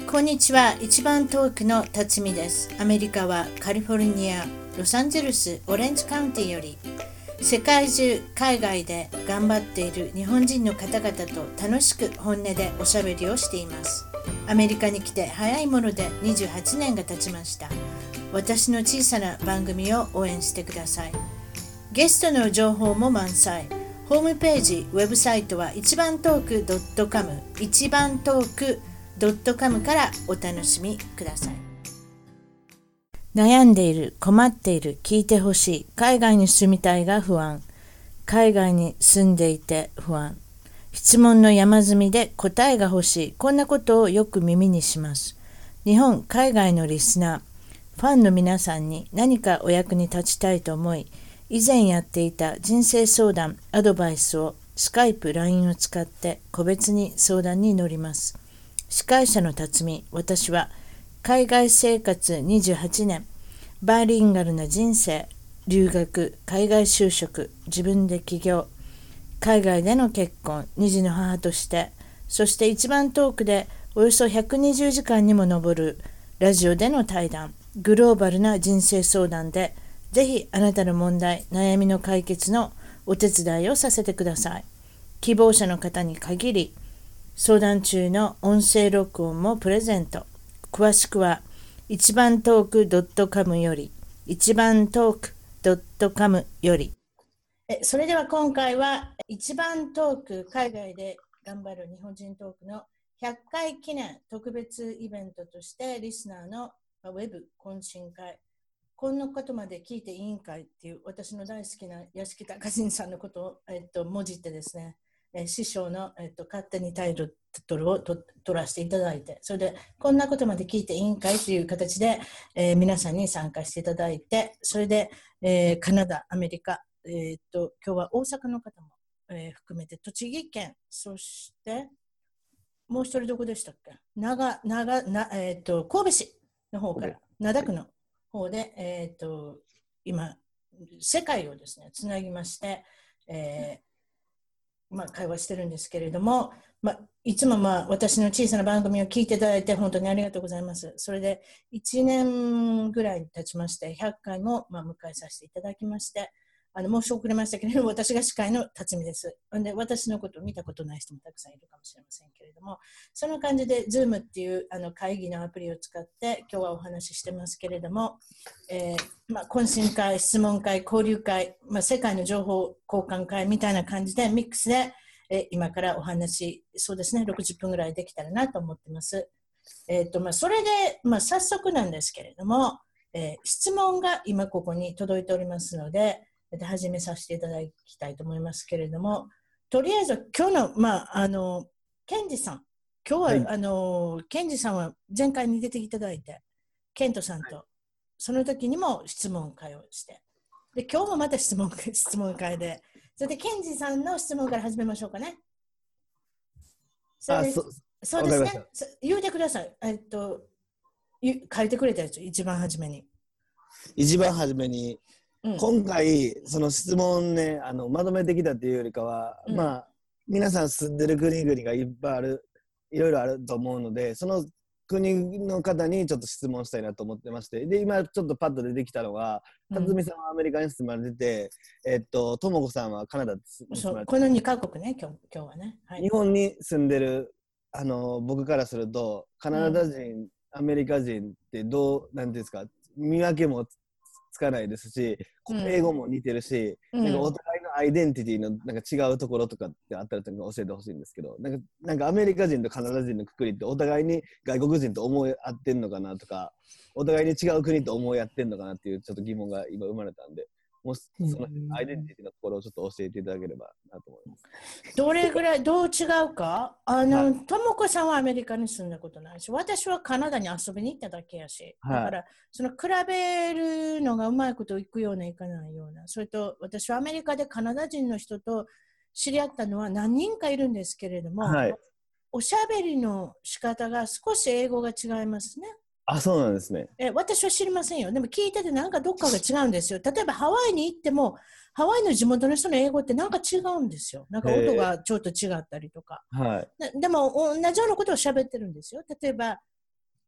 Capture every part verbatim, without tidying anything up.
こんにちは。一番遠くの辰巳です。アメリカはカリフォルニア、ロサンゼルス、オレンジカウンティより世界中、海外で頑張っている日本人の方々と楽しく本音でおしゃべりをしています。アメリカに来て早いものでにじゅうはちねんが経ちました。私の小さな番組を応援してください。ゲストの情報も満載。ホームページ、ウェブサイトは一番トーク .com 一番トーク .com からお楽しみください。悩んでいる、困っている、聞いてほしい、海外に住みたいが不安、海外に住んでいて不安、質問の山積みで答えが欲しい、こんなことをよく耳にします。日本、海外のリスナー、ファンの皆さんに何かお役に立ちたいと思い、以前やっていた人生相談、アドバイスをスカイプ、ライン を使って個別に相談に乗ります。司会者の辰巳、私は海外生活にじゅうはちねん、バイリンガルな人生、留学、海外就職、自分で起業、海外での結婚、二児の母として、そして一番遠くでおよそひゃくにじゅうじかんにも上るラジオでの対談、グローバルな人生相談で、ぜひあなたの問題、悩みの解決のお手伝いをさせてください。希望者の方に限り、相談中の音声録音もプレゼント。詳しくは一番トーク .com より一番トーク .com よりえそれでは今回は一番トーク海外で頑張る日本人トークのひゃっかい記念特別イベントとしてリスナーのウェブ懇親会、こんなことまで聞いていいんかいっていう私の大好きな屋敷隆人さんのことを、えっと、文字ってですね、えー師匠の、えっと、勝手にタイトルをと取らせていただいて、それでこんなことまで聞いていいんかいという形で、えー皆さんに参加していただいて、それで、えーカナダ、アメリカ、えーっと今日は大阪の方も、えー含めて栃木県、そしてもう一人どこでしたっけ、長長な、えーっと神戸市の方から灘区の方で、えー、と今世界をですねつなぎまして、えーまあ、会話してるんですけれども、まあ、いつも、まあ、私の小さな番組を聞いていただいて本当にありがとうございます。それでいちねんぐらい経ちましてひゃっかいも、まあ、迎えさせていただきまして、あの申し遅れましたけれども、私が司会の辰巳です。で私のことを見たことない人もたくさんいるかもしれませんけれども、その感じで Zoom っていうあの会議のアプリを使って今日はお話ししてますけれども、えーまあ、懇親会、質問会、交流会、まあ、世界の情報交換会みたいな感じでミックスで、えー今からお話、そうですね、ろくじゅっぷんぐらいできたらなと思ってます。えーとまあ、それで、まあ、早速なんですけれども、えー質問が今ここに届いておりますので、で始めさせていただきたいと思いますけれども、とりあえず今日の、まあ、あのケンジさん、今日は、 はい、 あのケンジさんは前回に出ていただいて、ケントさんと、その時にも質問会をして、で今日もまた質問質問会で、それでケンジさんの質問から始めましょうかね。それあ、 でそ、 そうですね、 わかりました。 そ言うてください。えっとゆ書いてくれたやつ、一番初めに。 一番初めに、 うん、 今回、その質問ね、あの、まとめてきたっていうよりかは、 うん、 まあ、皆さん住んでる国々がいっぱいある、いろいろあると思うので、その国の方にちょっと質問したいなと思ってまして、で、今ちょっとパッと出てきたのが、 うん。 辰巳さんはアメリカに住まれてて、えっと、ともこさんはカナダに住まれてる。 そうこのにカ国ね、今日今日はね。はい。 日本に住んでる、あの、僕からすると、カナダうん、 人、アメリカ人ってどう、なんていうんですか、見分けもつかないですし、 うん、 英語も似てるし、なんかおうん。 互いのアイデンティティのなんか違うところとかってあったら教えてほしいんですけど、なんか、なんかアメリカ人とカナダ人のくくりってお互いに外国人と思い合ってんのかなとか、お互いに違う国と思い合ってんのかなっていうちょっと疑問が今生まれたんで、もしうそのアイデンん、 ティティのところをちょっと教えていただければなと思います。 どれぐらい、どう違うか、あの、 はい。 ともこさんはアメリカに住んだことないし、私はカナダに遊びに行っただけやし、だかはい。 ら、その比べるのがうまいこといくような、いかないような、それと、私はアメリカでカナダ人の人と知り合ったのは何人かいるんですけれども、 はい。 おしゃべりの仕方が少し英語が違いますね。 あ、そうなんですね。 え私は知りませんよ。でも聞いててなんかどっかが違うんですよ。例えばハワイに行っても、ハワイの地元の人の英語ってなんか違うんですよ。なんか音へがちょっと違ったりとか。 え。はい。 ででも同じようなことを喋ってるんですよ。例えば、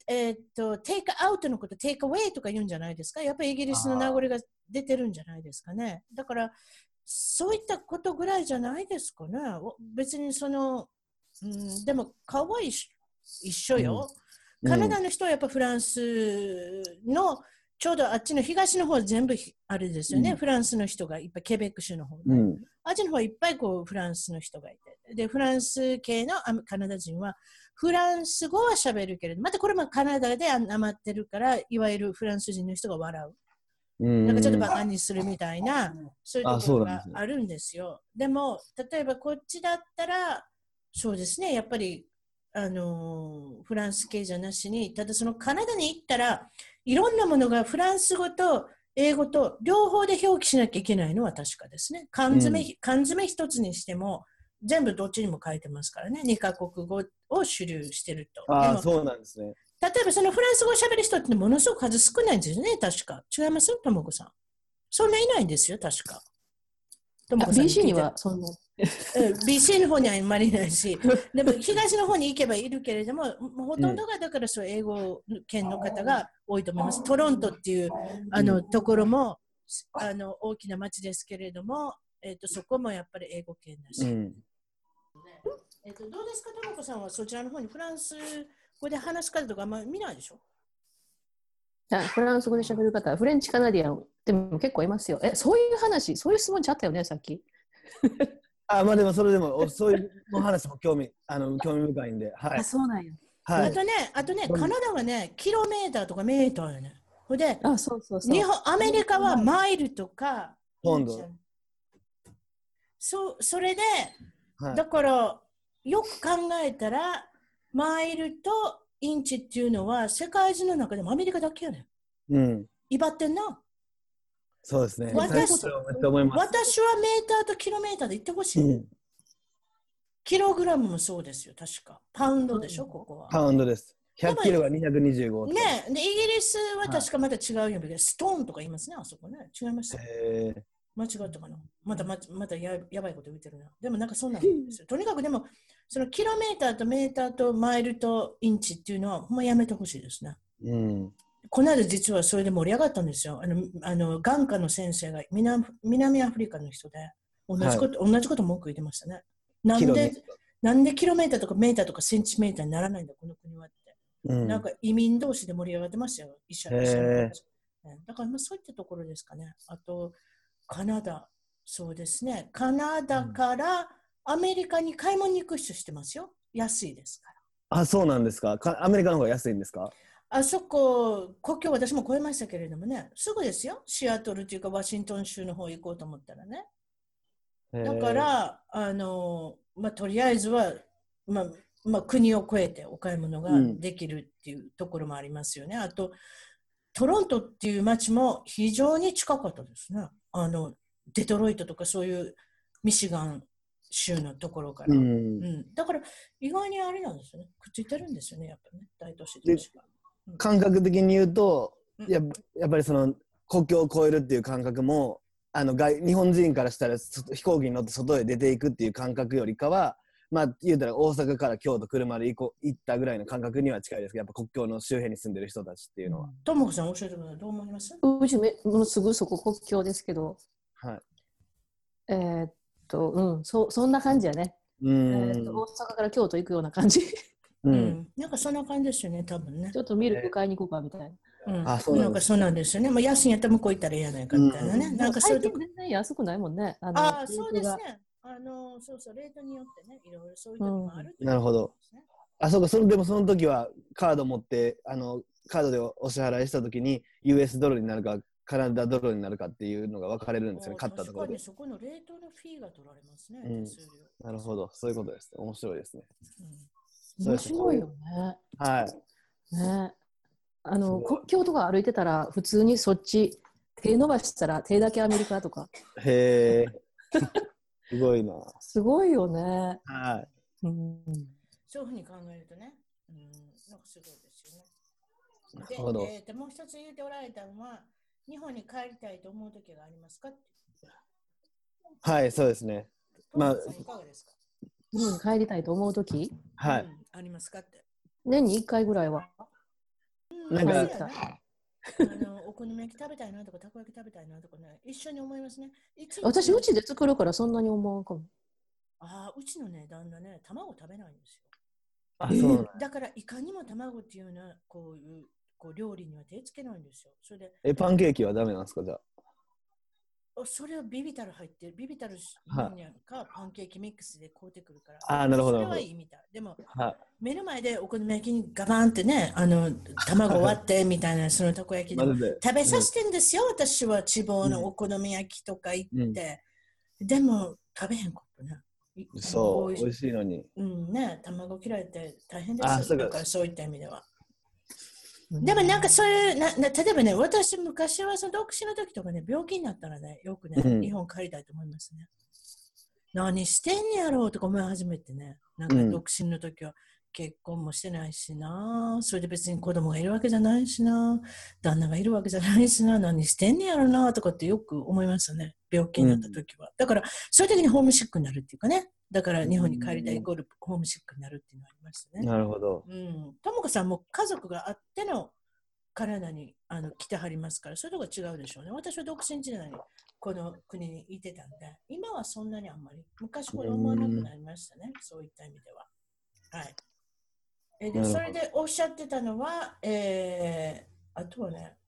えーっと、テイクアウトのこと、テイクアウェイとか言うんじゃないですか。やっぱりイギリスの名残が出てるんじゃないですかね。だから、そういったことぐらいじゃないですかね。別にその、うん、でも、顔は一緒一緒よ。 うん、 カナダの人はやっぱフランスの、ちょうどあっちの東の方全部あれですよね。うん、フランスの人がいっぱい、ケベック州の方ね。うん、あっちの方はいっぱいこうフランスの人がいて。で、フランス系のカナダ人は、フランス語は喋るけれど、またこれもカナダでなまってるから、いわゆるフランス人の人が笑う。なんかちょっとバカにするみたいな、そういうところがあるんですよ。でも、例えばこっちだったら、そうですね、やっぱり、あの、フランス系じゃなしに、ただそのカナダに行ったら、いろんなものがフランス語と英語と両方で表記しなきゃいけないのは確かですね。缶詰、うん、缶詰一つにしても、全部どっちにも書いてますからね。にカ国語を主流してると。 ああ、そうなんですね。 例えばそのフランス語を喋る人ってものすごく数少ないんですよね、確か。違いますともこさん。そんないないんですよ、確か。 ともこさんに ビーシー にはそんな。 ビーシー の方にはあまりいないし、でも東の方に行けばいるけれども、ほとんどがだからそう英語圏の方が多いと思います。トロントっていうあのところもあの大きな町ですけれども、えーと、そこもやっぱり英語圏だし。うんえーと、どうですか、ともこさんはそちらの方にフランス語で話す方とかあんまり見ないでしょ？ フランス語で喋る方、フレンチカナディアンでも結構いますよ。え、そういう話、そういう質問ちゃったよね、さっき。 あ、まあでもそれでも、そういう話も興味、あの興味深いんで。はい、 あ、そうなんや。 はい、あとね、あとね、カナダはね、キロメーターとかメーターよね。ほで、 あ、そうそうそう。 日本、アメリカはマイルとか、 ポンド。 そう、それで、はい、だから、よく考えたら、マイルとインチっていうのは、世界中の中でもアメリカだけやねん。うん。威張ってんな。 そうですね。 私, 私はメーターとキロメーターで言ってほしい、うん。キログラムもそうですよ、確か。パウンドでしょ、ここは。 パウンドです。ひゃくキロがにひゃくにじゅうご。 ねで、イギリスは確かまた違うよ、はい、ストーンとか言いますね、あそこね。違いました。へ間違ったかな。またままた や, やばいこと言ってるな。でもなんかそんなんですよ。とにかくでも、そのキロメーターとメーターとマイルとインチっていうのは、ほんまやめてほしいですね。うん。この間実はそれで盛り上がったんですよ。あの、あの眼科の先生が 南, 南アフリカの人で、同じこと、はい、同じこと文句言ってましたね。なんで、なんでキロメーターとかメーターとかセンチメーターにならないんだ、この国はって。うん、なんか移民同士で盛り上がってましたよ、医者の人。だからまあそういったところですかね。あと、カナダ、そうですね。カナダからアメリカに買い物に行く人してますよ。安いですから。 あ、そうなんですか。かアメリカの方が安いんですか？ あそこ、国境私も越えましたけれどもね、すぐですよ。シアトルというかワシントン州の方行こうと思ったらね。だから、あの、まあ、とりあえずは、まあ、まあ、国を越えてお買い物ができるっていうところもありますよね。うん、あと、トロントっていう街も非常に近かったですね。あの、デトロイトとかそういうミシガン州のところから。うんうん、だから、意外にあれなんですよね。くっついてるんですよね、やっぱね。大都市同士が。 うん、感覚的に言うと、ややっぱりその国境を越えるっていう感覚も、あの外日本人からしたら飛行機に乗って外へ出ていくっていう感覚よりかは、まあ言うたら大阪から京都車で行こ行ったぐらいの感覚には近いですけど、やっぱ国境の周辺に住んでる人たちっていうのは。 ともこさん教えてください。どう思います？ うちめもうすぐそこ国境ですけど、はい。えー、っとうんそそんな感じやね。うん、えー、っと大阪から京都行くような感じ。 うん、うん、なんかそんな感じですよね、多分ね。 ちょっとミルク買いに行こうかみたいな。 うん、あ、そうなんかそうなんですよね。まあ、安いんやったら向こう行ったらいいやないかみたいなね。うん、なんかそういうとこ。 全然安くないもんね。 あのあ、そうですね。あのそうそう、レートによってね、いろいろそういう時もある、ねうん。なるほど。あ、そうか、そのでもその時はカード持って、あのカードでお支払いした時に ユーエス ドルになるかカナダドルになるかっていうのが分かれるんですよね。買ったところで。 そこのレートのフィーが取られますね。 うん、なるほど、そういうことです。面白いですね。 うん、面白いよね。 はい。 ね。あの国境とか歩いてたら普通にそっち手伸ばしたら手だけアメリカとか。 へえ。すごいな。 すごいよね。 はい。 うん、そういうふうに考えるとね、うん、なんかすごいですよね。で、えー、でもう一つ言っておられたのは、日本に帰りたいと思う時がありますかって。 はい、そうですね。 まあ、いかがですか？ 日本に帰りたいと思う時、 はい、 うん、ありますかって。 年にいっかいぐらいは。 なんか、ね、あのお好み焼き食べたいなとか、たこ焼き食べたいなとかね、一緒に思いますね。 私、うちで作るからそんなに思うかも。 ああ、うちのね、旦那ね、卵食べないんですよ。 あ、そうだから、いかにも卵っていうのは、こういう、こう料理には手つけないんですよ。それでえ、パンケーキはダメなんですか、じゃあ。 それはビビタル入ってる。ビビタルなんやか、パンケーキミックスで買うてくるから。 ああ、なるほど。 それはいいみたい。でも、目の前でお好み焼きにガバンってね、あの、卵割ってみたいな、そのたこ焼きでも食べさせてんですよ、うん、私は千葉のお好み焼きとか行って。うん、でも、食べへんことね。 そう、美味しいのに。 うんね、卵嫌いって大変ですよ。だからそういった意味では。でもなんかそういうなな、例えばね、私昔はその独身の時とかね、病気になったらね、よくね、うん、日本帰りたいと思いますね。何してんやろうとか思い始めてね、なんか独身の時は結婚もしてないしな、それで別に子供がいるわけじゃないしな、旦那がいるわけじゃないしな、何してんやろなとかってよく思いますね、病気になった時は。うん、だからそういう時にホームシックになるっていうかね、だから日本に帰りたいイコールホームシックになるっていうのがありましたね。 なるほど。 うん。ともかさんも家族があってのカナダにあの来てはりますから、そういうとこ違うでしょうね。私は独身時代にこの国にいてたんで、今はそんなにあんまり、昔ほど思わなくなりましたね。そういった意味では。はい。えで、それでおっしゃってたのは、えー、あとはね、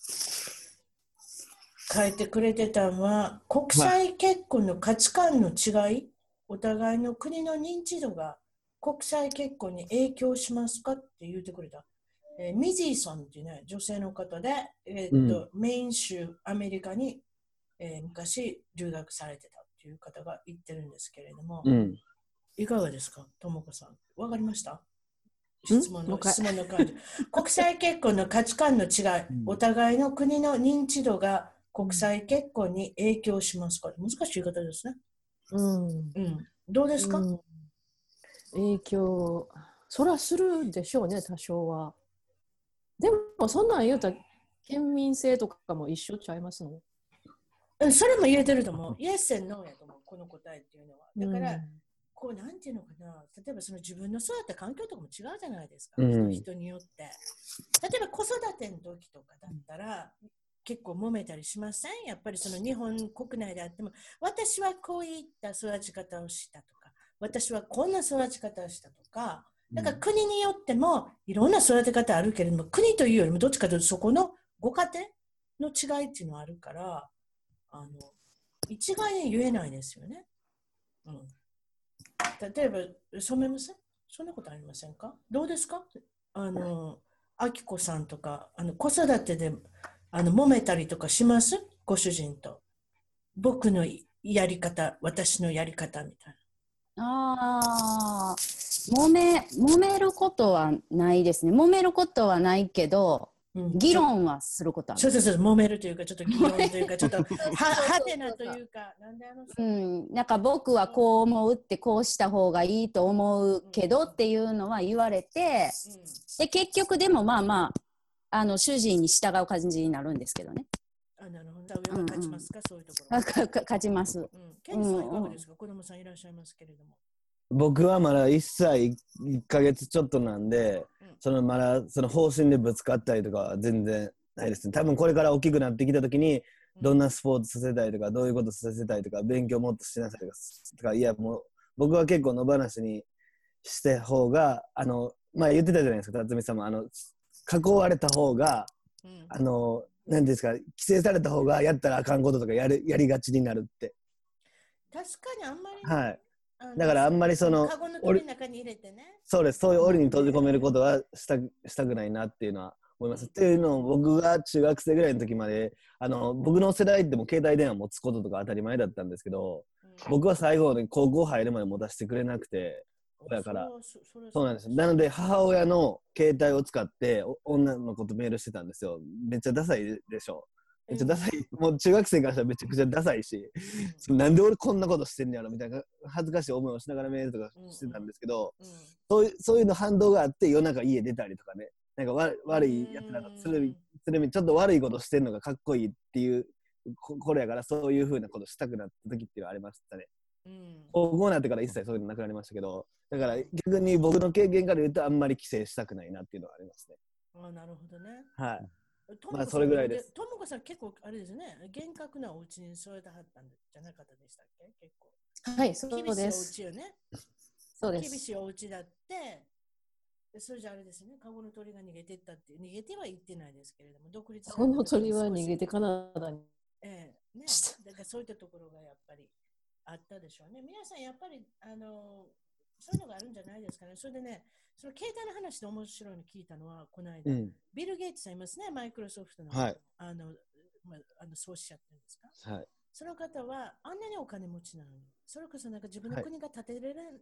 書いてくれてたのは、国際結婚の価値観の違い、お互いの国の認知度が国際結婚に影響しますかって言ってくれた。えー、ミジーさんっていうね、女性の方で、えーっとうん、メイン州アメリカに、えー、昔留学されてたっていう方が言ってるんですけれども、うん、いかがですか、ともこさん。わかりました？質問の、質問の感じ。国際結婚の価値観の違い、お互いの国の認知度が国際結婚に影響しますか？難しい言い方ですね。うん。うん、どうですか？うん、 影響、そらするでしょうね、多少は。でもそんなん言うたら県民性とかも一緒ちゃいますの？ うん、それも言えてると思う。イエスandノーやと思う、この答えっていうのは。だから、うん、こうなんていうのかな、例えばその自分の育った環境とかも違うじゃないですか、うん、人によって。例えば子育ての時とかだったら、結構揉めたりしません？やっぱりその日本国内であっても、私はこういった育ち方をしたとか、私はこんな育ち方をしたとか、だから国によってもいろんな育て方あるけれども、国というよりもどっちかというとそこのご家庭の違いっていうのはあるから、あの一概に言えないですよね。うん、例えば、染めません？そんなことありませんか？どうですか？あの、あきこさんとか、あの子育てであの揉めたりとかします？ご主人と。僕のやり方、私のやり方みたいな。ああ、揉め、揉めることはないですね。揉めることはないけど、うん、議論はすることある。 そうそうそう、揉めるというか、ちょっと議論というか、ちょっとははてなというか、なんであのうん、なんか僕はこう思うって、こうした方がいいと思うけどっていうのは言われて、うん、で結局でもまあまあ、あの主人に従う感じになるんですけどね。 あ、なるほど。上は勝ちますか、うんうん、そういうところ。 勝ちます。うん。 ケンジさんいかがですか、うん、子供さんいらっしゃいますけれども。 僕はまだいっさいいっかげつちょっとなんで、うん、そのまだその方針でぶつかったりとかは全然ないですね。多分これから大きくなってきたときに、どんなスポーツさせたいとか、どういうことさせたいとか、勉強もっとしなさいとか、とかいやもう僕は結構野放しにした方が、あの、まあ言ってたじゃないですか、辰巳さんも。あの、囲われた方が、うん、あの、なんですか、規制された方がやったらあかんこととかやるやりがちになるって。 確かにあんまり、 ね、はい。だからあんまりその、 カゴの鳥の中に入れてね。 そうです、そういう檻に閉じ込めることはしたしたくないなっていうのは思います。っていうのを僕が中学生ぐらいの時まで、あの僕の世代でも携帯電話持つこととか当たり前だったんですけど、うん、僕は最後に高校入るまで持たせてくれなくて、親から。そうなんです。なので母親の携帯を使って女の子とメールしてたんですよ。めっちゃダサいでしょ。めっちゃダサい、もう中学生からしたらめちゃくちゃダサいし、うん、なんで俺こんなことしてんやろみたいな恥ずかしい思いをしながらメールとかしてたんですけど、うんうん、そういう、そういうの反動があって夜中家出たりとかね、なんかわ悪いやつらとつるみ、つるみちょっと悪いことしてんのがかっこいいっていうこれやから、そういう風なことしたくなった時っていうのはありましたね。うん、高校になってから一切そういうのなくなりましたけど、だから逆に僕の経験から言うとあんまり規制したくないなっていうのはありますね。 あ、なるほどね。 はい。 まあそれぐらいです。ともこさん結構あれですね、厳格なお家に育てはったんじゃなかったでしたっけ？結構。 はい、そうです。 厳しいお家よね。 そうです。 厳しいお家だって、それじゃあれですね、カゴの鳥が逃げてったって、逃げては行ってないですけれども、独立カゴの鳥は逃げてカナダに。 ええ、ね、だからそういったところがやっぱりあったでしょうね。皆さんやっぱり、あの、そういうのがあるんじゃないですかね。それでね、その携帯の話で面白いの聞いたのは、この間、うん、ビル・ゲイツさんいますね、マイクロソフトの、はい、あの、まあ、あの創始者っていうんですか。はい、その方はあんなにお金持ちなのに、それこそなんか自分の国が建てれる、はい、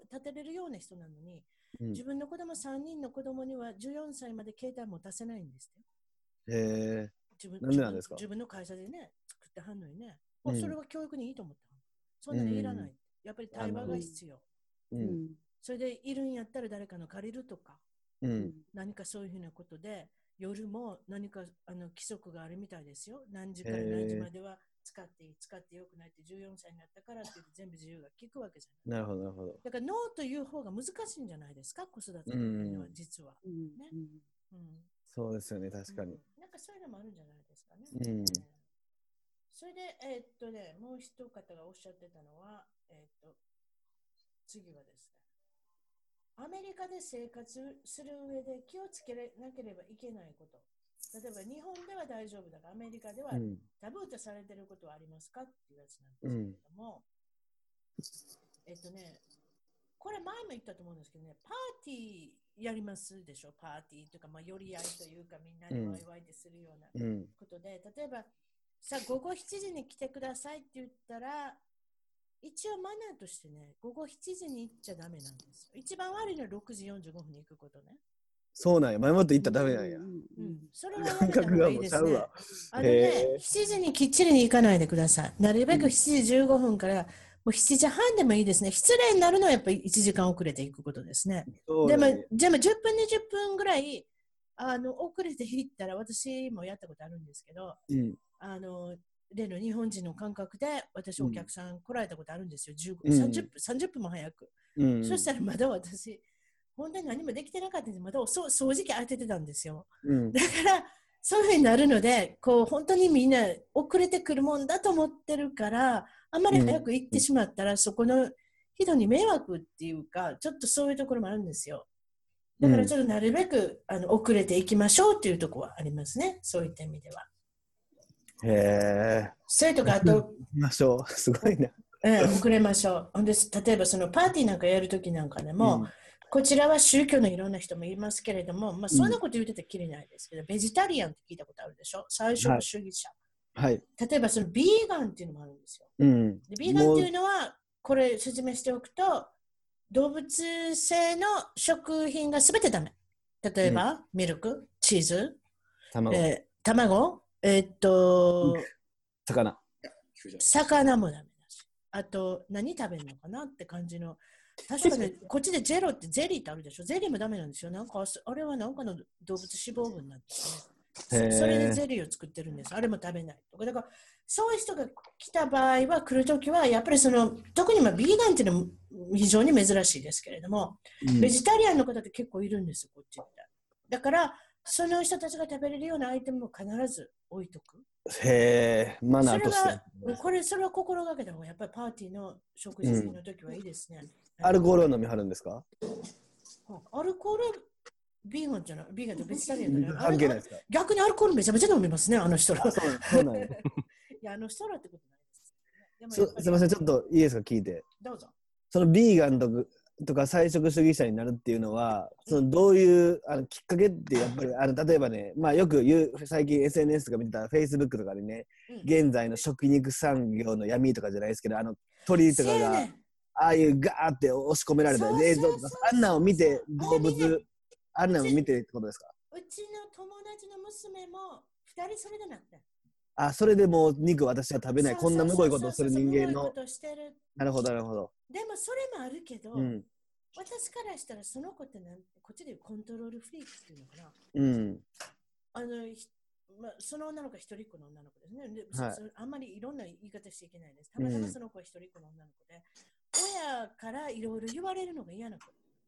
建てれるような人なのに、うん、自分の子供さんにんの子供にはじゅうよんさいまで携帯持たせないんですって。へー。自分、なんでなんですか？自分の会社でね、作ってはんのにね、うん、それは教育にいいと思った。そんなにいらない。うん、やっぱり対話が必要。うん、それでいるんやったら誰かの借りるとか、うん、何かそういうふうなことで、夜も何かあの規則があるみたいですよ。何時から何時までは使っていい、使ってよくないってじゅうよんさいになったからって全部自由が効くわけじゃない。なるほど、なるほど。だからノーという方が難しいんじゃないですか、子育てというのは実は。うん、ね。うん、そうですよね、確かに、うん。なんかそういうのもあるんじゃないですかね。うん、それで、えー、っとね、もう一方がおっしゃってたのは、えー、っと、次はですね、アメリカで生活する上で気をつけなければいけないこと。例えば日本では大丈夫だが、アメリカではタブーとされていることはありますかっていうやつなんですけれども、うん、えっとね、これ前も言ったと思うんですけどね、パーティーやりますでしょ、パーティーとか、まあ、寄り合いというか、みんなにワイワイでするようなことで、うん、例えば、さあ、午後しちじに来てくださいって言ったら、一応マナーとしてね、午後しちじに行っちゃダメなんですよ。一番悪いのはろくじよんじゅうごふんに行くことね。そうなんや、前もって行ったらダメなんや。うん、それはやめた方がいいですね。あのね、しちじにきっちりに行かないでください。なるべくしちじじゅうごふんから、もうしちじはんでもいいですね。失礼になるのはやっぱりいちじかん遅れていくことですね。でも、でもじゅっぷん、にじゅっぷんぐらい、あの、遅れて行ったら、私もやったことあるんですけど、うん、あの、例の日本人の感覚で私お客さん来られたことあるんですよ、うん、さんじゅっぷん、さんじゅっぷんも早く、うん、そしたらまだ私本当に何もできてなかったんでまだ掃除機当ててたんですよ、うん、だからそういうふうになるのでこう本当にみんな遅れてくるもんだと思ってるからあんまり早く行ってしまったら、うん、そこの人に迷惑っていうかちょっとそういうところもあるんですよ。だからちょっとなるべくあの遅れていきましょうっていうところはありますね、そういった意味では。へえ。それとかあと、ましょう。すごいな。うん、遅れましょう。で例えばそのパーティーなんかやるときなんかでも、うん、こちらは宗教のいろんな人もいますけれども、まあ、そんなこと言っててきりないですけど、うん、ベジタリアンって聞いたことあるでしょ、菜食主義者。はい。例えばそのビーガンっていうのもあるんですよ。うん、でビーガンっていうのは、これ説明しておくと、動物性の食品がすべてダメ。例えば、うん、ミルク、チーズ、卵。えー、卵えー、っと、魚。魚もダメだし。あと、何食べるのかなって感じの。確かね、こっちでジェロってゼリーってあるでしょ。ゼリーもダメなんですよ。なんか、あれはなんかの動物脂肪分なんですね。それでゼリーを作ってるんです。あれも食べないとか。だから、そういう人が来た場合は、来るときは、やっぱりその、特にまあビーガンっていうのも非常に珍しいですけれども、うん、ベジタリアンの方って結構いるんですよ、こっちって。だから、その人たちが食べれるようなアイテムを必ず置いとく。へえ、マナーとして。それは、これ、それは心がけた方が、やっぱりパーティーの食事の時はいいですね。うん、アルコールは飲みはるんですか？アルコール、ビーガンじゃない、ビーガンとベジタリアンじゃない。関係ないですか？逆にアルコールめちゃめちゃ飲みますね、あの人ら。そうなんや。いや、あの人らってことないです。すみません、ちょっといいですか、聞いて。どうぞ。そのビーガンととか菜食主義者になるっていうのは、そのどういうあのきっかけってやっぱりあの例えばね、まあ、よく言う最近 エスエヌエス とか見てたら Facebook とかでね、うん、現在の食肉産業の闇とかじゃないですけど、あの鳥とかが、ね、ああいうガーって押し込められた映像とかあんなんを見て動物あんなんを見てってことですか？うちの友達の娘もふたりそれでなった。あ、それでもう肉私は食べない、こんなむごいことをする人間の。なるほどなるほど。でもそれもあるけど、うん、私からしたらその子ってなんこっちでコントロールフリークっていうのかな。うん。あのまあ、その女の子は一人っ子の女の子ですね。ではい、あんまりいろんな言い方しちゃいけないです。たまたまその子は一人っ子の女の子で、うん、親からいろいろ言われるのが嫌な子。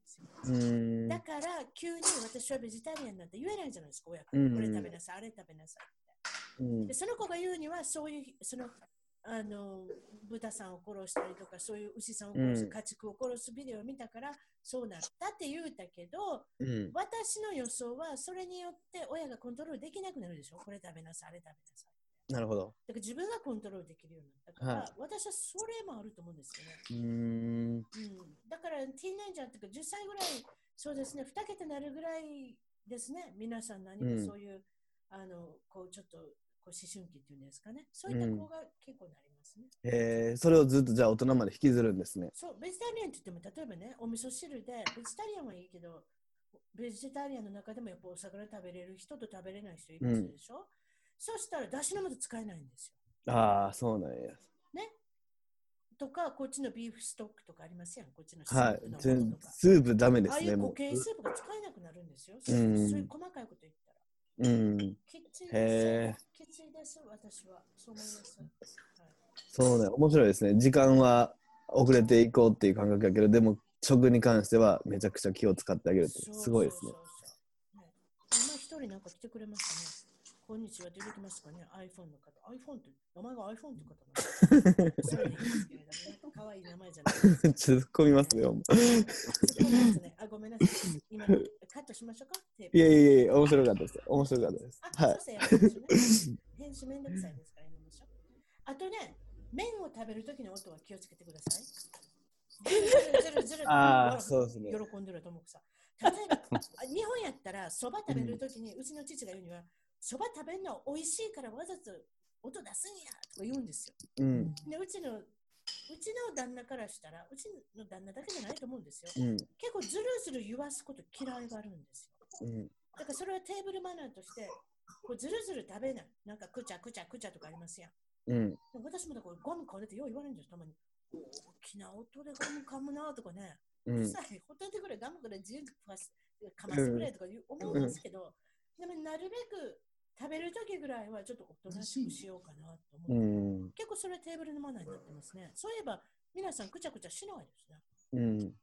ですよ。 うんだから急に私はベジタリアンなんて言えないじゃないですか、親から。これ食べなさい、あれ食べなさいって。うん、でその子が言うには、そういうそのあの豚さんを殺したりとか、そういう牛さんを殺す、家畜を殺すビデオを見たから、そうなったって言うたけど、うん、私の予想はそれによって親がコントロールできなくなるでしょ。これ食べなさい、あれ食べなさい。 なるほど。 だから自分がコントロールできるようになったから、はい、私はそれもあると思うんですよね。 うーん、うん、 だからティーネイジャーっていうかじゅっさいぐらい、そうですね、に桁になるぐらいですね。皆さん何かそういう、うん、あのこうちょっとこう思春期っていうんですかね。そういった子が結構なりますね。 うん、えー、それをずっとじゃあ大人まで引きずるんですね。 そう、ベジタリアンって言っても例えばね、お味噌汁でベジタリアンはいいけど、ベジタリアンの中でもやっぱお魚食べれる人と食べれない人いるでしょ。うん、そしたらだしの素使えないんですよ。 ああ、そうなんや。 ね。とか、こっちのビーフストックとかありますやん。こっちのスープのものとか。 はい、スープダメですね。 ああいう固形スープが使えなくなるんですよ。うん、そういう細かいこと言ったら。 うん。 きついです。きついです、私は。そう思います。はい、 そうね、面白いですね。時間は遅れていこうっていう感覚だけど、でも食に関してはめちゃくちゃ気を使ってあげるってすごいですね。そうそうそう、ね、 今一人なんか来てくれましたね。こんにちは、出てきますかね ?iPhone の方。iPhone って、名前が iPhone って方なんですか？かわいい名前じゃないですか。 突っ込みますよ。 あ、ごめんなさい。今、カットしましょうか？ いやいやいや、面白かったです。面白かったです。 あ、はい。編集めんどくさいですから、やめましょう。あとね、麺を食べるときの音は気をつけてください。ずるずるずるああ、そうですね。 喜んでると思うさ。例えば、日本やったら、そば食べるときに、うちの父が言うには、そば食べるの美味しいからわざと音出すんやとか言うんですよ。うん、でうちのうちの旦那からしたら、うちの旦那だけじゃないと思うんですよ。うん、結構ずるずる言わすこと嫌いがあるんですよ。うん、だからそれはテーブルマナーとして、こうずるずる食べない。なんかくちゃくちゃくちゃとかありますやん。うん、私もだからゴム噛んでてよう言われるんですよ、たまに。大きな音でゴム噛むなとかね。うるさい、ほとんどぐらいガムぐらい自由に噛ますぐらいとか思うんですけど、うん、でもなるべく食べるときぐらいはちょっとおとなしくしようかなと思う、うん、結構それはテーブルのマナーになってますね。そういえば皆さんくちゃくちゃしないですね。うんうん、 へ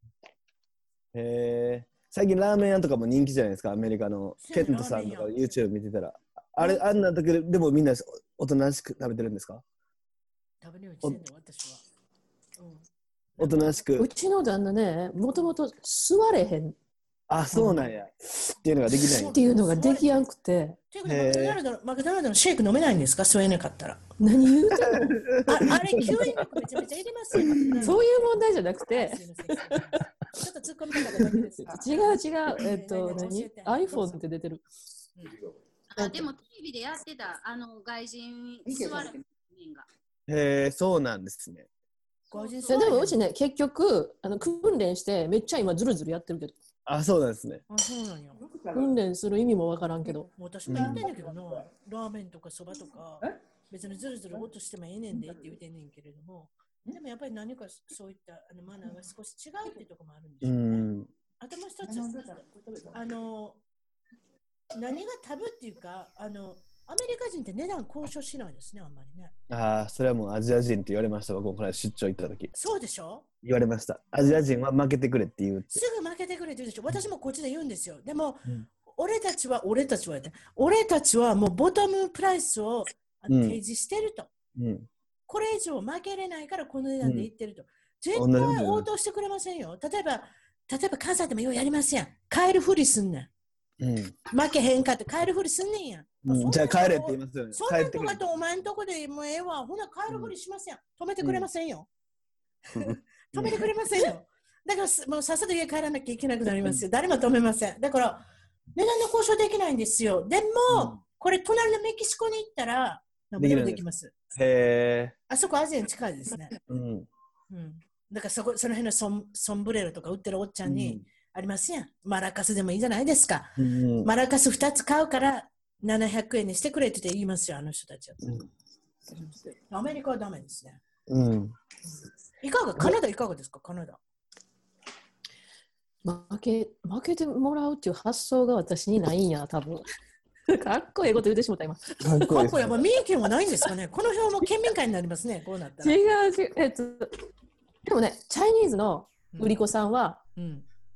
え。最近ラーメン屋とかも人気じゃないですか、アメリカの。ケントさんとか YouTube 見てたら。あれ、あんな時でもみんなおとなしく食べてるんですか？ 食べるようにしてんの、私は。 うん、おとなしく。 うちの旦那ね、もともと座れへん。 あ、そうなんや。っていうのができない。 っていうのができやんくて。 マクドナルドの、マクドナルドのシェイク飲めないんですか？吸えなかったら。 何言うてんの？ あ, あれ、吸引力めちゃめちゃ入れますよ。 そういう問題じゃなくて。 ちょっと突っ込みたかっただけです。 違う違う。えっと、何 ?iPhone って出てる。 うん、あでもテレビでやってた、あの外人座る面が。 へえ、そうなんですね。 でもうちね、結局あの訓練してめっちゃ今ズルズルやってるけど。 あ、そうなんですね。 あ、そうなんや。 訓練する意味もわからんけど。 私も言ってんだけどな、ラーメンとかそばとか、別にズルズル落としてもええねんでって言ってんねんけれども、でもやっぱり何かそういったあのマナーが少し違うっていうところもあるんでしょうね。うん、あともう一つ、あの、何がタブっていうか、あの、アメリカ人って値段交渉しないですね、あんまりね。 ああ、それはもうアジア人って言われました、僕もこの間出張行った時。 そうでしょ？ 言われました。アジア人は負けてくれって言うって。 すぐ負けてくれって言うでしょ。私もこっちで言うんですよ。でも、うん、俺たちは、俺たちは、俺たちはもうボトムプライスを提示してると。うん、これ以上負けれないからこの値段で言ってると。うん、絶対応答してくれませんよ。例えば、例えば関西でもようやりますやん。帰るふりすんねん。うん、負けへんかって帰るふりすんねんやん。 うん、じゃあ帰れって言いますよね。 そんなとかとお前んとこでもうええわ。ほな帰るふりしません。止めてくれませんよ。うん、止めてくれませんよ。だからもうさっさと家帰らなきゃいけなくなりますよ。誰も止めません。だから値段の交渉できないんですよ。でも、うん、これ隣のメキシコに行ったら何でもできます。 へー。 あそこアジアに近いですね。うんうん、だからそこその辺のソン、ソンブレロとか売ってるおっちゃんに、うん、ありますやん。マラカスでもいいじゃないですか。うん、マラカスふたつ買うからななひゃくえんにしてくれって言いますよ、あの人たちは。うん、アメリカはダメですね。うん、いかがカナダいかがですか、カナダ。 負け、負けてもらうっていう発想が私にないんや、多分。かっこいいこと言ってしまった、今。かっこいい。三重県はないんですかね。この辺も県民会になりますね、こうなったら。 違う違う。えっと、でもね、チャイニーズの売り子さんは、うんうん、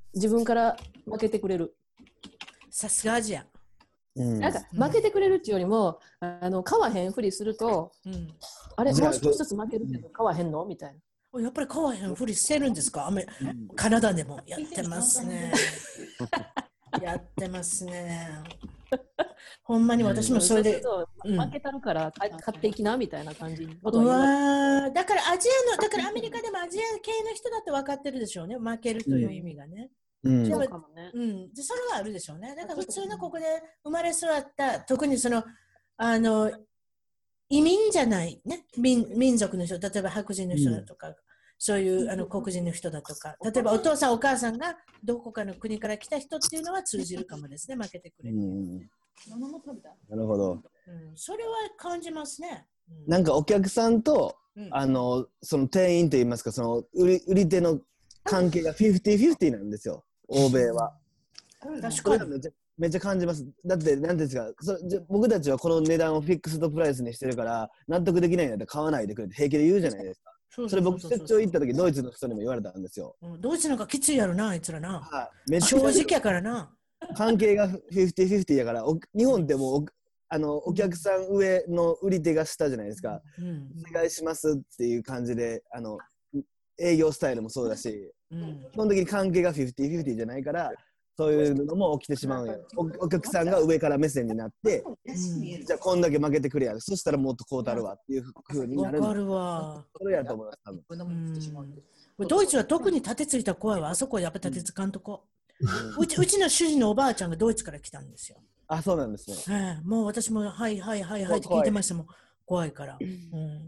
自分から負けてくれる。 さすがアジア。 うん、なんか負けてくれるっていうよりも、あの買わへんふりすると、うん、あれもう一つ負けるけど買わへんのみたいな。やっぱり買わへんふりしてるんですか？アメカナダでもやってますね。やってますね。ほんまに私もそれで、 うん、負けたるから買っていきなみたいな感じ。 うわだからアジアのだからアメリカでもアジア系の人だって分かってるでしょうね。負けるという意味がね。うん、でもそうかもね。うん、でそれはあるでしょうね。だから普通のここで生まれ育った特にそのあの移民じゃないね 民, 民族の人、例えば白人の人だとか、うん、そういうあの黒人の人だとか、例えばお父さんお母さんがどこかの国から来た人っていうのは通じるかもですね。負けてくれる。うん、 なるほど、 うん。それは感じますね。 うん、なんかお客さんと、うん、あのその店員といいますか、その売り売り手の関係がフィフティフィフティなんですよ、欧米は。 確かにめっちゃ、めっちゃ感じます。だって、なんですか、そじゃ僕たちはこの値段をフィックスドプライスにしてるから、納得できないんだったら買わないでくれって平気で言うじゃないですか。それ僕、出張行った時、ドイツの人にも言われたんですよ。 うん、ドイツなんかきついやろな、あいつらな。はい、めっちゃ正直やからな。 関係がフィフティフィフティやから、日本ってもう、あのお客さん上の売り手が下じゃないですか。うん、お願いしますっていう感じで、あの営業スタイルもそうだし、うん、基本的に関係がフィフティフィフティじゃないから、そういうのも起きてしまうんや。 お, お客さんが上から目線になって、うん、じゃあこんだけ負けてくれや、そしたらもっとこうたるわっていうふうになる。 わかるわ。 それやと思います、多分。 うん、ドイツは特に立てついた声はあそこやっぱ立てつかんとこ、うん、う, ちうちの主人のおばあちゃんがドイツから来たんですよ。 あ、そうなんですね。えー、もう私もはいはいはいはいって聞いてましたもん。怖いから、うん、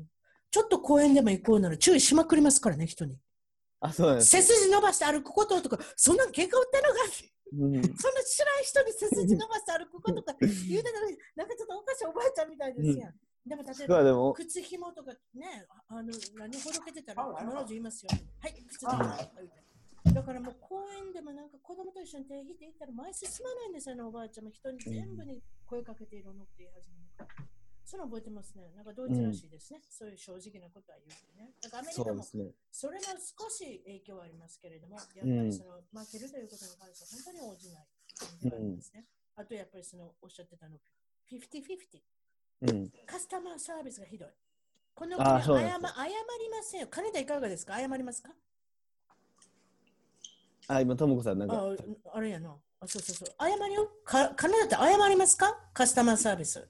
ちょっと公園でも行こうなら注意しまくりますからね、人に。 あ、そうなんです。 背筋伸ばして歩くこととか、そんなん喧嘩売ってんのかって、うん、そんな知らん人に背筋伸ばして歩くこととか言うてたのに、なんかちょっとおかしいおばあちゃんみたいですやん。うん、でも例えば、でも靴紐とかね、あの何ほどけてたら必ず言いますよ。はい、靴紐とか言うて。だからもう公園でもなんか子供と一緒に手引いていったら前進まないんですよね、おばあちゃんも人に全部に声かけているのって言い始めるから。それ覚えてますね。なんかドイツらしいですね。うん、そういう正直なことは言うてね。なんかアメリカもそれが少し影響はありますけれども、やっぱりその負けるということに関しては本当に応じない感じがありますね。うん、あとやっぱりそのおっしゃってたのフィフティフィフティ、うん、カスタマーサービスがひどい。この国は謝、謝りませんよ。金田いかがですか？謝りますか？ あ、今、ともこさんなんか。 あ、あれやな。あ、そうそうそう。謝りよ。か、金田って謝りますか？カスタマーサービス。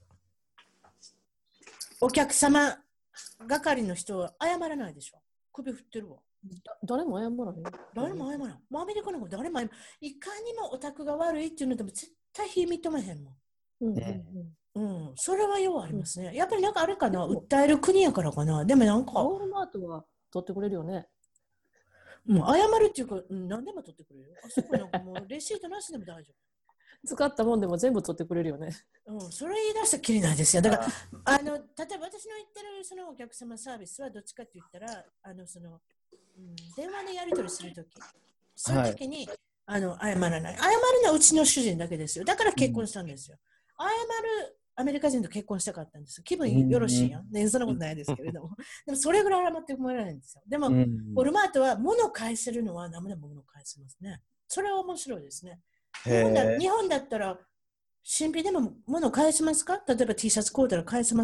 お客様係の人は謝らないでしょ。首振ってるわ。 誰も謝らない。 誰も謝らない。もうアメリカの子誰も謝らない。いかにもオタクが悪いっていうのでも絶対非認めへんもん。うんうんうん、それはようありますね。うん、やっぱりなんかあれかな、訴える国やからかな。でもなんか。 ウォールマートは取ってくれるよね。 うん、謝るっていうか、うん、何でも取ってくれるよ。あそこなんかもうレシートなしでも大丈夫。 使ったもんでも全部取ってくれるよね。 うん、それ言い出したらきりないですよ。だからあの例えば私の言ってるそのお客様サービスはどっちかって言ったらあのその、うん、電話でやり取りするとき、その時に、はい、あの謝らない。謝るのはうちの主人だけですよ。だから結婚したんですよ。うん、謝るアメリカ人と結婚したかったんですよ。気分よろしいやん。ね、そんなことないですけれども。でもそれぐらい謝ってもらえないんですよ。でも、ウォルマートは物を返せるのは何でも物を返せますね。それは面白いですね。日本だ、日本だったら新品でも物を返せますか？例えば T シャツ買うたら返せます？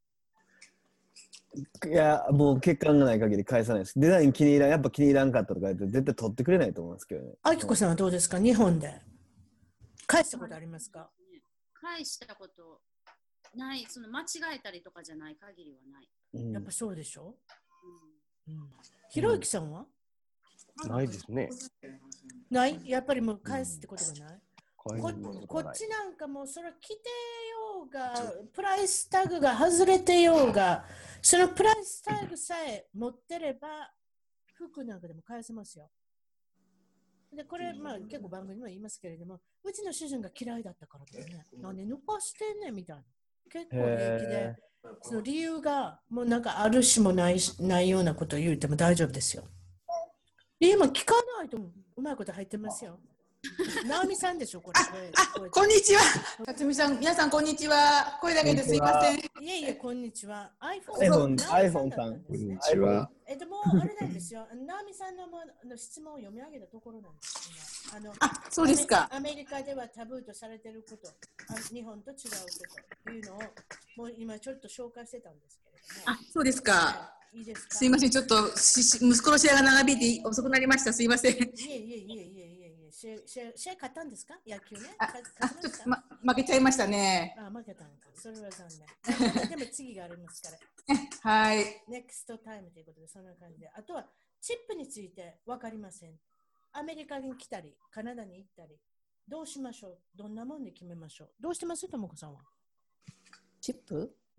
いや、もう欠陥がない限り返さないです。デザイン気に入らん、やっぱ気に入らんかったとか言って絶対取ってくれないと思いますけどね。 あきこさんはどうですか？日本で返したことありますか？ 返したことない、その間違えたりとかじゃない限りはない。 うん、やっぱそうでしょ？うんうん、ひろゆきさんは？ ないですね。 ない？やっぱりもう返すってことがない？うん、こ, こっちなんかもうそれ着てようがプライスタグが外れてようがそのプライスタグさえ持ってれば服なんかでも返せますよ。でこれ、まあ、結構番組も言いますけれども、うちの主人が嫌いだったからね、何抜かしてんねんみたいな。結構平気で、その理由がもうなんかあるしもないしないようなことを言っても大丈夫ですよ。理由も聞かないとうまいこと入ってますよ。 直美さんでしょこれ。 あ、あ、こんにちは。辰巳さん、皆さんこんにちは。これだけですいません。 いえいえ、こんにちは。 iPhone、iPhone さん。 こんにちは。 えっと、もうあれなんですよ。直美さんのもの質問を読み上げたところなんですが、あの、 あ、そうですか。 アメリカではタブーとされていること、日本と違うことというのを、もう今ちょっと紹介してたんですけれども。 あ、そうですか。 いいですか。 すいません、ちょっとしし息子の試合が長引いて遅くなりました。すいません。いえいえいえいえいえいえ。試合、試合、試合勝ったんですか野球ね。 あ、あちょっと、ま、負けちゃいましたね。 あ、負けたんか。それは残念。でも次がありますから。 はい。 ネクストタイムということで、そんな感じで。あとは、チップについて分かりません。アメリカに来たり、カナダに行ったり、どうしましょう。どんなもんで決めましょう。どうしてますともこさんは。 チップ？ うん。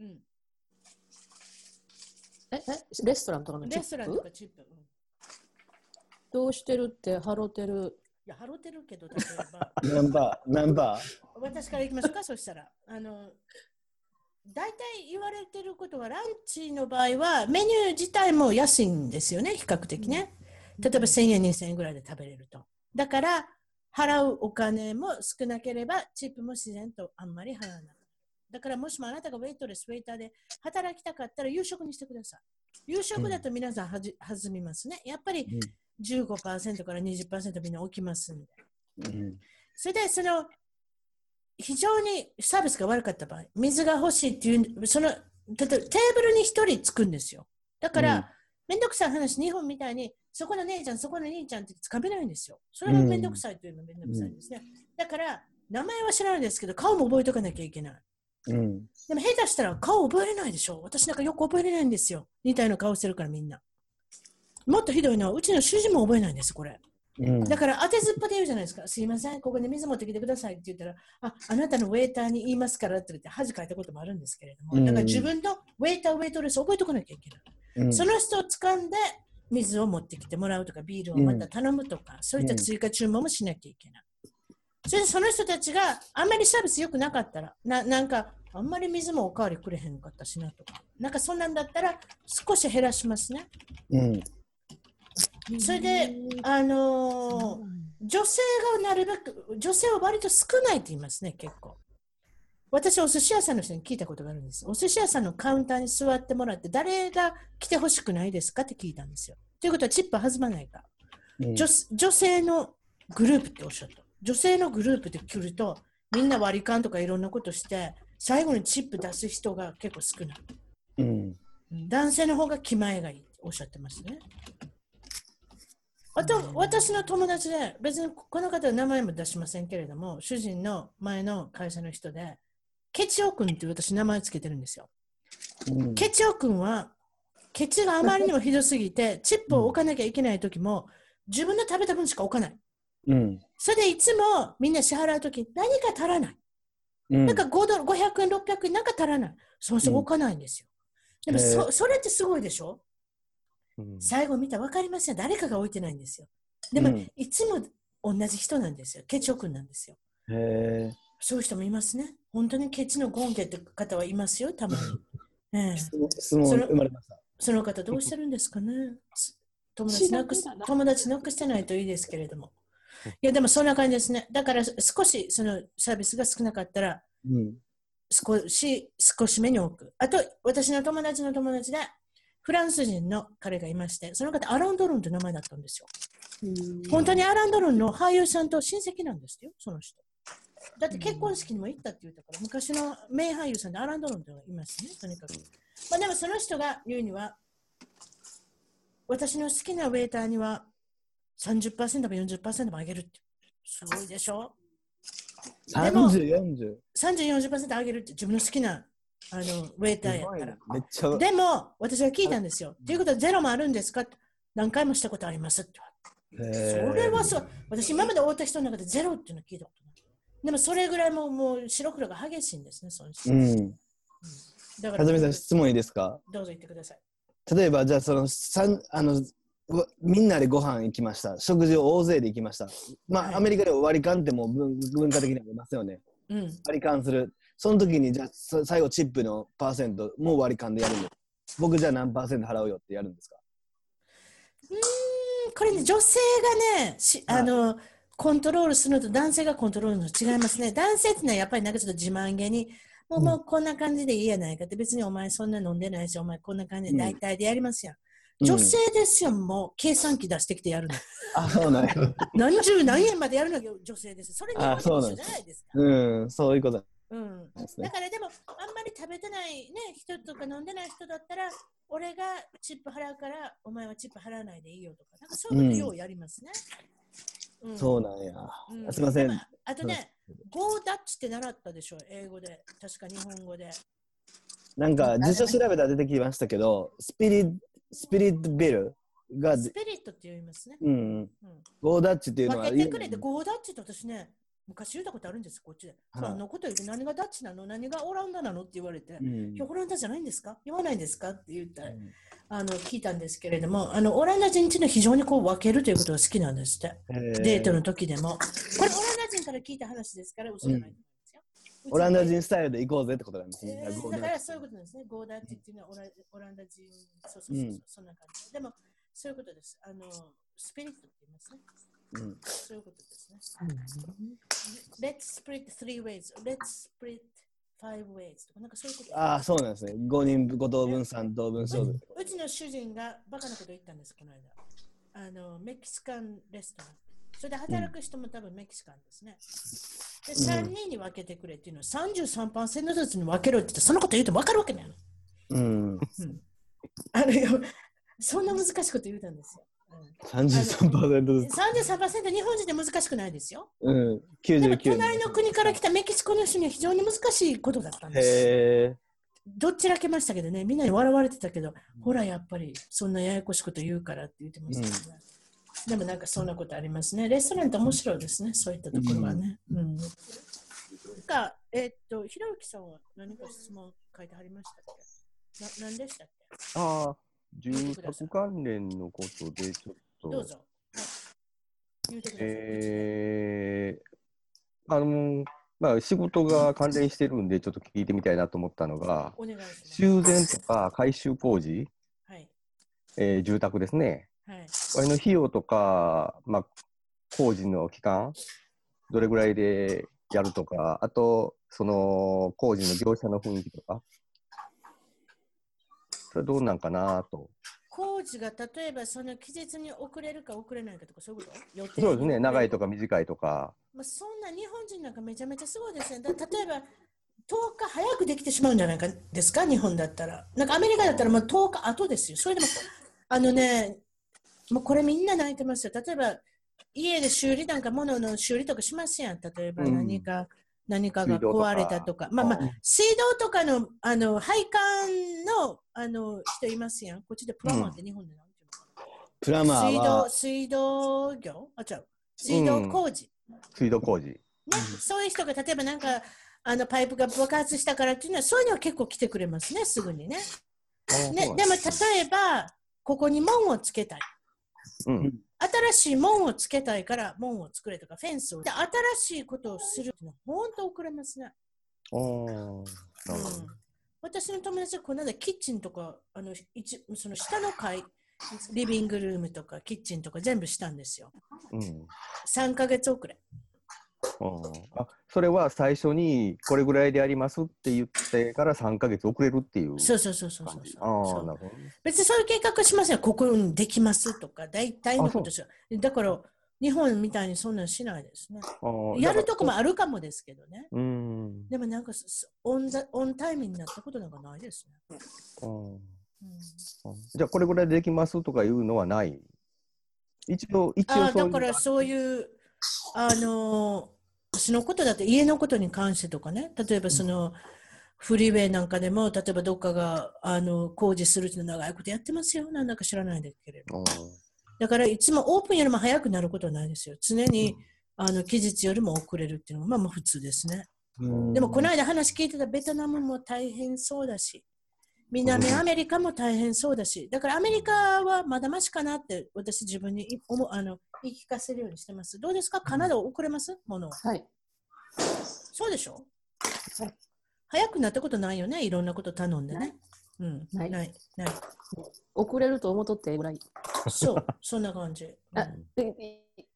え、え、レストランとかのチップ？ レストランとかチップ。うん、 どうしてるって払ってる。 いや、払ってるけど、例えば。 ナンバー、ナンバー。 私から行きましょうか、そしたら。あの、大体言われてることは、ランチの場合は、メニュー自体も安いんですよね、比較的ね。例えばせんえん、にせんえんぐらいで食べれると。だから、払うお金も少なければ、チップも自然とあんまり払わない。だから、もしもあなたがウェイトレス、ウェイターで働きたかったら、夕食にしてください。夕食だと皆さんはじ、弾みますね。やっぱり、うんじゅうごパーセント から にじゅっパーセント みんな起きますんで、うん、それでその非常にサービスが悪かった場合、水が欲しいっていうその例えばテーブルにひとりつくんですよ。だから、うん、めんどくさい話、日本みたいにそこの姉ちゃんそこの兄ちゃんってつかめないんですよ。それがめんどくさいというのはめんどくさいですね、うん、だから名前は知らないですけど顔も覚えとかなきゃいけない、うん、でも下手したら顔覚えれないでしょ。私なんかよく覚えれないんですよ。似たような顔してるからみんな。もっとひどいのは、うちの主人も覚えないんです、これ。うん、だから当てずっぱで言うじゃないですか。すいません、ここに水持ってきてくださいって言ったら、あ、あなたのウェイターに言いますからって言って恥かいたこともあるんですけれども、うん、だから自分のウェイター、ウェイトレスを覚えておかなきゃいけない。うん、その人を掴んで水を持ってきてもらうとか、ビールをまた頼むとか、うん、そういった追加注文もしなきゃいけない。それでその人たちがあんまりサービス良くなかったら、な、なんかあんまり水もおかわりくれへんかったしなとか、なんかそんなんだったら少し減らしますね。うんそれで、あのー、女性がなるべく、女性は割と少ないって言いますね、結構。私、お寿司屋さんの人に聞いたことがあるんです。お寿司屋さんのカウンターに座ってもらって、誰が来てほしくないですかって聞いたんですよ。ということは、チップ弾まないか、うん、女。女性のグループっておっしゃった。女性のグループで来ると、みんな割り勘とかいろんなことして、最後にチップ出す人が結構少ない。うん、男性の方が気前がいいっておっしゃってますね。あと、私の友達で、別にこの方は名前も出しませんけれども、主人の前の会社の人で、ケチオ君っていう私名前つけてるんですよ。うん、ケチオ君は、ケチがあまりにもひどすぎて、チップを置かなきゃいけないときも、自分の食べた分しか置かない。うん、それでいつもみんな支払うとき、何か足らない。うん、なんかごドル、ごひゃくえん、ろっぴゃくえんなんか足らない。そうそう置かないんですよ。うん、でもそ、それってすごいでしょ。最後見たら分かりますよ。誰かが置いてないんですよ。でも、うん、いつも同じ人なんですよ。ケチオ君なんですよ。へそういう人もいますね。本当にケチのゴンケって方はいますよ、たまに。えー、 質問生まれました。 その方どうしてるんですかね。友達なくす友達なくしてないといいですけれども。いや、でもそんな感じですね。だから少しそのサービスが少なかったら、うん、少し、少し目に置く。あと、私の友達の友達で、フランス人の彼がいまして、その方、アラン・ドルンという名前だったんですよ。本当にアラン・ドルンの俳優さんと親戚なんですよ、その人。だって結婚式にも行ったって言ったから、昔の名俳優さんでアラン・ドルンというのがいますね、とにかく。まあ、でもその人が言うには、私の好きなウェイターには さんじゅっパーセント も よんじゅっパーセント も上げるって。すごいでしょ。 さんじゅう、よんじゅう。 さんじゅう、よんじゅっパーセント 上げるって自分の好きなあのウェイターやったら。めっちゃでも、私は聞いたんですよ。ということはゼロもあるんですか？何回もしたことありますって言われて。それはそう。私今まで会った人の中でゼロっていうのを聞いたことない。でもそれぐらいももう白黒が激しいんですね、その人。うん。うん、 だからはじめさん、質問いいですか？ どうぞ言ってください。 例えば、じゃあその三あのみんなでご飯行きました。食事を大勢で行きました。まあ、はい、アメリカでは割り勘ってもう 文, 文化的にありますよね。うん、割り勘する。その時にじゃあ最後チップのパーセントもう割り勘でやるんです。僕じゃあ何パーセント払うよってやるんですか？ うーんこれね女性がねしあの、はい、 コントロールするのと男性がコントロールのと違いますね。男性ってのはやっぱりなんかちょっと自慢げに、もう、もうこんな感じでいいやないかって、別にお前そんな飲んでないし、お前こんな感じで大体でやりますやん。うん、女性ですよ、もう計算機出してきてやるの。 あ、そうなんや。 何十何円までやるのが女性です。それ日本と一緒じゃないですか。 うん、そういうこと。 うん、だからでも、あんまり食べてない、ね、人とか飲んでない人だったら、俺がチップ払うから、お前はチップ払わないでいいよとか、なんかそういうことようやりますね。 うんうん、そうなんや。うん、すみません。 あとね、ゴーダッチって習ったでしょ、英語で。確か日本語で。 なんか辞書調べたら出てきましたけど、スピリット、スピリットビルが。 スピリットって言いますね。 うん。うん、ゴーダッチっていうのは。 分けてくれて、ゴーダッチって私ね、昔言ったことあるんです、こっちで。そんなこと言って、何がダッチなの、何がオランダなのって言われて、うん、いや、オランダじゃないんですか、言わないんですかって言ったら、うん、あの聞いたんですけれども、あのオランダ人っていうのは非常にこう分けるということが好きなんですって。デートの時でも。これ、オランダ人から聞いた話ですから、嘘じゃないと思うんですよ。 うん、オランダ人スタイルで行こうぜってことなんですね。 えー、だからそういうことなんですね。ゴーダッチっていうのはオ ラ, オランダ人、そうそうそう、うん、そんな感じ。でも、そういうことです。あのスピリットって言いますね。うん、そういうことですね。Let's split three ways. Let's split five ways. とかなんかそういうこと。 ああ、そうなんですね。ごにん、ご等分、さん等分勝負。 うちの主人がバカなこと言ったんです、この間。あの、メキシカンレストラン。それで働く人も多分メキシカンですね。で、さんにんに分けてくれっていうのを さんじゅうさんパーセント ずつに分けろって言って、そのこと言うと分かるわけないの。うん。うん、あのそんな難しいこと言うたんですよ。 さんじゅうさんパーセント ずつ。 さんじゅうさんパーセント 日本人で難しくないですよ。 うん。きゅうじゅうきゅう。 でも隣の国から来たメキシコの人には非常に難しいことだったんです。へー。どっちらけましたけどね、みんなに笑われてたけど、うん、ほらやっぱりそんなややこしいこと言うからって言ってましたけどね。うん、でもなんかそんなことありますね。レストランって面白いですね、そういったところはね。うん。うん、かえー、っと、ひろゆきさんは何か質問書いてありましたっけ？な、何でしたっけ？ ああ。住宅関連のことでちょっと。 どうぞ。はい、言うてください。 えー、あの、まあ、仕事が関連してるんで、ちょっと聞いてみたいなと思ったのが、修繕とか改修工事、はいえー、住宅ですね。はい、これの費用とか、まあ、工事の期間、どれぐらいでやるとか、あと、その工事の業者の雰囲気とか。それどうなんかなと。 工事が例えばその期日に遅れるか遅れないかとかそういうこと？予定そうですね、長いとか短いとか。 まあ、そんな日本人なんかめちゃめちゃすごいですね。だ例えばとおか早くできてしまうんじゃないかですか、日本だったら。なんかアメリカだったらもうとおかごですよ。それでも、あのね、もうこれみんな泣いてますよ。例えば家で修理なんか物の修理とかしますやん。例えば何か。うん何かが壊れたとか、まあまあ、水道とかの、あの、配管の、あの、人いますやん。こっちでプラマーって日本で何て言うのかな、うん、 プラマーは水道、水道業あ、違う。水道工事。 うん、水道工事。ね、 うん、そういう人が、例えばなんか、あの、パイプが爆発したからっていうのは、そういうのは結構来てくれますね、すぐにね。ね、でも、例えば、ここに門をつけたい。うん。新しい門をつけたいから門を作れとかフェンスをで新しいことをするのは本当遅れますね。おー、うん、私の友達はこの間キッチンとかあの一その下の階リビングルームとかキッチンとか全部したんですよ。うん、さんかげつ遅れ。 あそれは最初にこれぐらいでやりますって言ってからさんかげつ遅れるっていう。 そうそうそうそうそうそう。あなるほど。別にそういう計画しませんよ。ここにできますとか大体のことしだから日本みたいにそんなのしないですね。やるとこもあるかもですけどね。うんでもなんかオンザオンタイムになったことなんかないですね。うんうん、じゃあこれぐらいでできますとかいうのはない。一応一応あだからそういうあのそのことだと家のことに関してとかね、例えばその、うん、フリーウェイなんかでも例えばどっかがあの工事するって長いことやってますよ。なんだか知らないですけれど。だからいつもオープンよりも早くなることはないですよ。常に、うん、あの期日よりも遅れるっていうのがまあまあ普通ですね。でもこの間話聞いてたベトナムも大変そうだし、南アメリカも大変そうだし、だからアメリカはまだましかなって私自分に思あの言い聞かせるようにしてます。どうですか？カナダ遅れますもの？はい。そうでしょ？はい。早くなったことないよね。いろんなこと頼んでね。うん。ない。ない。ない。 遅れると思っとってぐらい。 そう。そんな感じ。あ、 うん、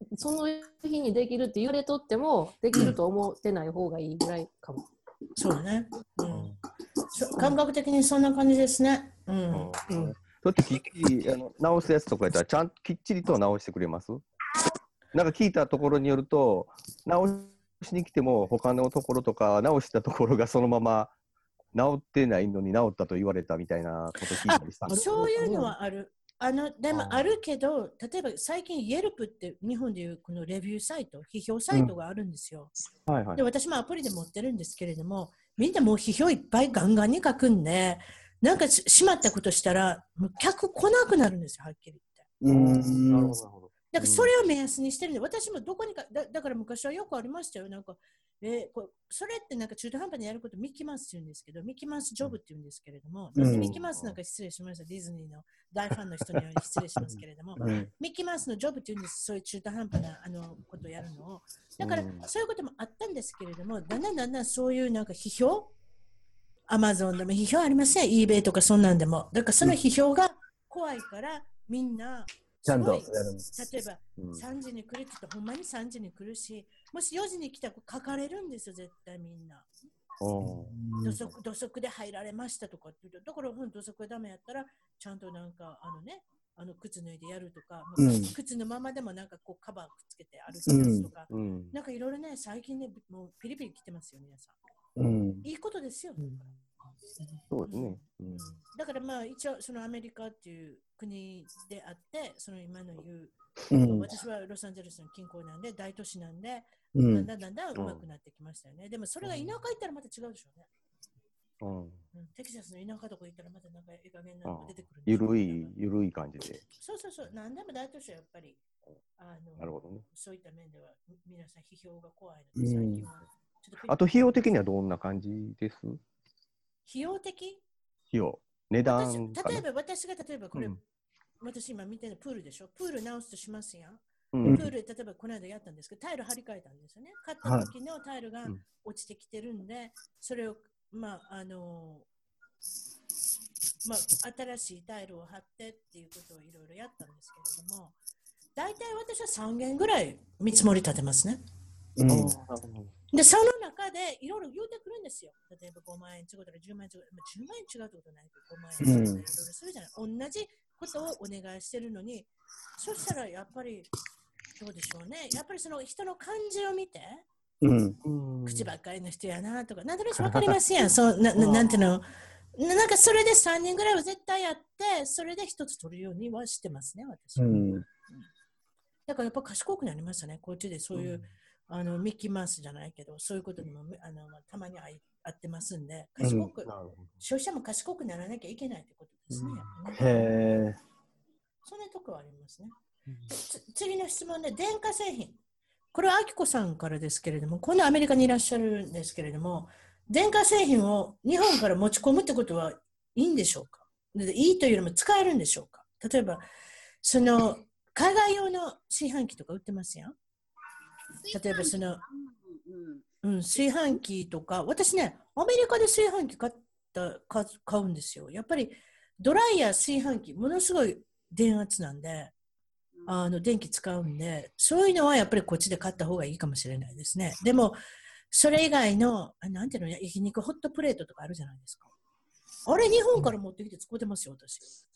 その日にできるって言われとってもできると思ってない方がいいぐらいかも。 そうだね、うん、感覚的にそんな感じですね。うんうん、 だってきっちりあの直すやつとかやったらちゃんときっちりと直してくれます？なんか聞いたところによると直しに来ても他のところとか直したところがそのまま直ってないのに直ったと言われたみたいなこと聞いたりしたんです。 そういうのはある。あのでもあるけど、例えば最近 Yelp って日本でいうこのレビューサイト、批評サイトがあるんですよ。うんはいはい、で私もアプリで持ってるんですけれども、みんなもう批評いっぱいガンガンに書くんで、なんかしまったことしたら、もう客来なくなるんですよ、はっきり言って。うん、なるほどなるほど。だからそれを目安にしてるんで、私もどこにか、だ, だから昔はよくありましたよ。なんかえー、これそれってなんか中途半端にやることミッキーマウスって言うんですけど、ミッキーマウスジョブって言うんですけれども、うん、ミッキーマウスなんか失礼しました、ディズニーの大ファンの人には失礼しますけれども、うん、ミッキーマウスのジョブって言うんです、そういう中途半端なあのことをやるのを。だから、うん、そういうこともあったんですけれども、だんだんだんだんそういうなんか批評、アマゾンでも批評ありません、eBay とかそんなんでも。だからその批評が怖いからみんな、ちゃんとやる。例えば、うん、さんじに来るって言ったらほんまにさんじに来るし、もしよじに来たら書かれるんですよ、絶対みんな。土足、土足で入られましたとかって言うと、だから土足がダメやったら、ちゃんとなんか、あのね、あの靴脱いでやるとか、うん、靴のままでもなんかこうカバーくっつけて歩き出すとか、うん、なんかいろいろね、最近ね、もうピリピリ来てますよ、皆さん。うん、いいことですよ。うんそうですね、 うん、だからまあ一応そのアメリカっていう国であってその今の言う、うん、私はロサンゼルスの近郊なんで大都市なんで、うん、だんだんだんだん上手くなってきましたよね、うん、でもそれが田舎行ったらまた違うでしょうね、うんうん、テキサスの田舎とか行ったらまたなんかいい加減なのが出てくるゆるいゆるい感じでそうそうそう何でも大都市はやっぱりあのなるほど、ね、 そういった面では皆さん批評が怖いので最近は、 うん、あと費用的にはどんな感じです費用的費用、値段か、ね、例えば私が例えばこれ、うん、私今見てるプールでしょプール直すとしますやん、うん、プール例えばこの間やったんですけどタイル張り替えたんですよね買った時のタイルが落ちてきてるんで、はい、それをまああのまあ新しいタイルを貼ってっていうことをいろいろやったんですけれども大体私はさんげんぐらい見積もり立てますね、うんで、その中でいろいろ言うてくるんですよ。例えばごまんえん違うとかじゅうまん円違う。まあ、じゅうまん円違うってことないけど、ごまん円違うとかいろいろするじゃない。同じことをお願いしてるのに、そしたらやっぱり、どうでしょうね。やっぱりその人の感じを見て、うん、口ばっかりの人やなとか、なんとなくわかりますやん。そうなななんていうの。なんかそれでさんにんぐらいは絶対やって、それで一つ取るようにはしてますね、私は。うん、だからやっぱ賢くなりましたね、こっちでそういう。うんあのミッキーマウスじゃないけどそういうことにもあのたまにあいあってますんで賢く、うん、消費者も賢くならなきゃいけないってことですね。うん、ねへそんなとこはありますね。うん、次の質問で電化製品これはあきこさんからですけれども今度アメリカにいらっしゃるんですけれども電化製品を日本から持ち込むってことはいいんでしょうかでいいというよりも使えるんでしょうか例えばその海外用の炊飯器とか売ってますやん例えばその、うん、炊飯器とか私ねアメリカで炊飯器買った買うんですよやっぱりドライヤー炊飯器ものすごい電圧なんであの電気使うんでそういうのはやっぱりこっちで買った方がいいかもしれないですねでもそれ以外のなんていうの焼肉ホットプレートとかあるじゃないですかあれ日本から持ってきて使ってますよ私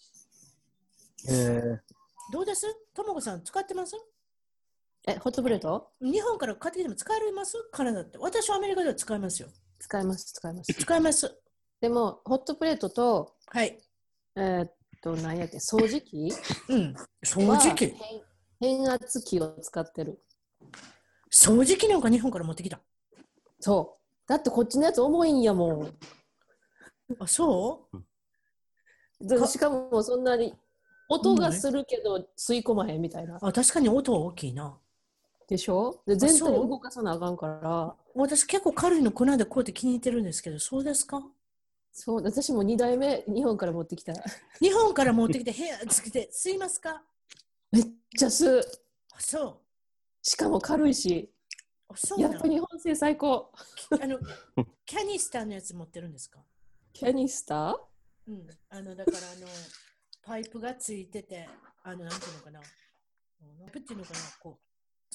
えー、どうですともこさん使ってますえ、ホットプレート日本から買ってきても使えますカナダって。私はアメリカでは使いますよ。 使います、使います。 使います。 でも、ホットプレートと、 はい。 えー、っと、何やっけ、掃除機うん、掃除機変圧器を使ってる。 掃除機なんか日本から持ってきたそう。だってこっちのやつ重いんやもん。 あ、そうしかもそんなに音がするけど吸い込まへんみたいな。 あ、確かに音は大きいな。 でしょで全体動かさなあかんから。 私結構軽いのこの間こうやって気に入ってるんですけど、そうですか？ そう、私もにだいめ日本から持ってきた。 日本から持ってきて部屋つけて吸いますか？ めっちゃ吸う。 あ、そう。 しかも軽いし。あ、そうなの？やっぱ日本製最高。 あのキャニスターのやつ持ってるんですか？ キャニスター？ うん。あのだからあのパイプがついてて、あのなんていうのかな、パイプっていうのかな、こ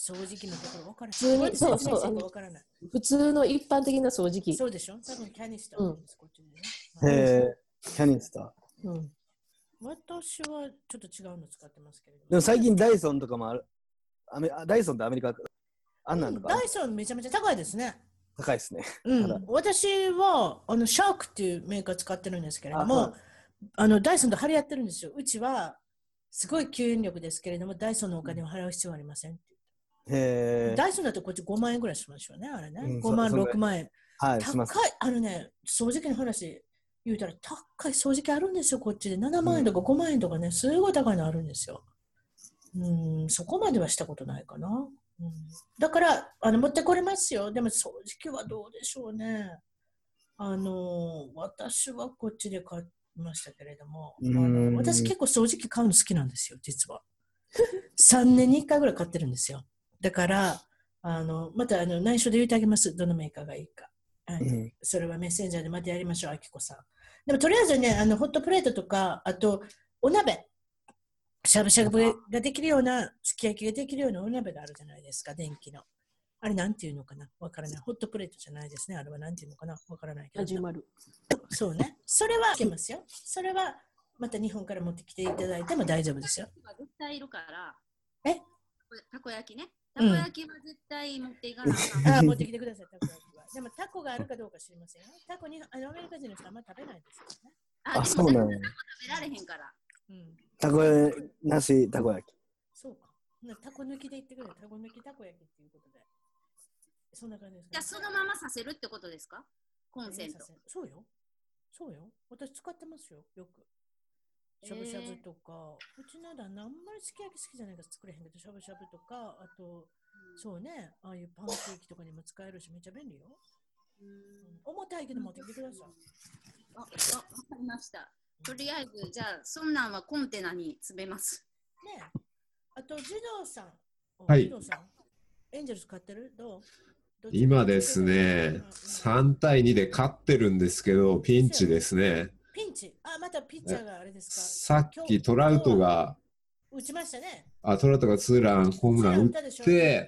掃除機のところ分からない。 普通に、そうそう、 分からない。 普通の一般的な掃除機。 そうでしょ。多分キャニスターです、こっちでね。 へえ、キャニスター。 うん。 私はちょっと違うの使ってますけれども。 でも最近ダイソンとかもある。アメダイソンってアメリカあんなんとか、 うん、ダイソンめちゃめちゃ高いですね。 高いですね。 うん、私はあのシャークっていうメーカー使ってるんですけれども、あ, あのダイソンと張り合ってるんですよ。うちはすごい吸引力ですけれども、ダイソンのお金を払う必要はありませんって。 へダイソンだとこっちごまん円ぐらいしましょうね、あれね。 うん、 ごまん、ろくまん円。 はい、 高い、あのね、掃除機の話言うたら高い掃除機あるんですよ、こっちで。ななまん円とかごまん円とかね、すごい高いのあるんですよ。うん、そこまではしたことないかな。うん、だからあの持ってこれますよ。でも掃除機はどうでしょうね。あの私はこっちで買いましたけれども、あの私結構掃除機買うの好きなんですよ、実は。さんねんにいっかいぐらい買ってるんですよ。だからあのまたあの内緒で言ってあげます、どのメーカーがいいか。はい、うん、それはメッセンジャーでまたやりましょう、あきこさん。でもとりあえずね、あのホットプレートとか、あとお鍋。しゃぶしゃぶができるような、すき焼きができるようなお鍋があるじゃないですか、電気の。あれなんていうのかな、わからない。ホットプレートじゃないですね。あれはなんていうのかな、わからないけど。 始まる。 そうね。それはいけますよ。それはまた日本から持ってきていただいても大丈夫ですよ。 絶対いるから。 えたこ焼きね。たこ焼きは絶対持っていかない。 うん、あ持ってきてください、たこ焼きは。でもタコがあるかどうか知りませんよ。タコにあのアメリカ人の人はあんまり食べないですよね。 あ、あそうなんや。タコ食べられへんから。 うん、 たこなし、たこ焼き。 そうか。たこ抜きで言ってくれ。たこ抜きたこ焼きっていうことで。そんな感じですか、 ね。じゃあそのままさせるってことですか？コンセント。 そうよ。そうよ。私使ってますよ。よく。しゃぶしゃぶとか。えー、うちの旦那あんまりすき焼き好きじゃないから作れへんけど、しゃぶしゃぶとか、あと、うん、そうね、ああいうパンケーキとかにも使えるし、めっちゃ便利よ。うん、重たいけど持ってきてください。 あ、あ、わかりました。とりあえず、じゃあ、そんなんはコンテナに詰めます。 ねえ。あと、児童さん。 はい。 児童さん。エンジェルス買ってる？どう？ 今ですね、さんたいにで勝ってるんですけど、ピンチですね。 ピンチ？あ、またピッチャーがあれですか？ さっきトラウトが、 打ちましたね。 あ、トラウトがツーラン、ホームラン打って、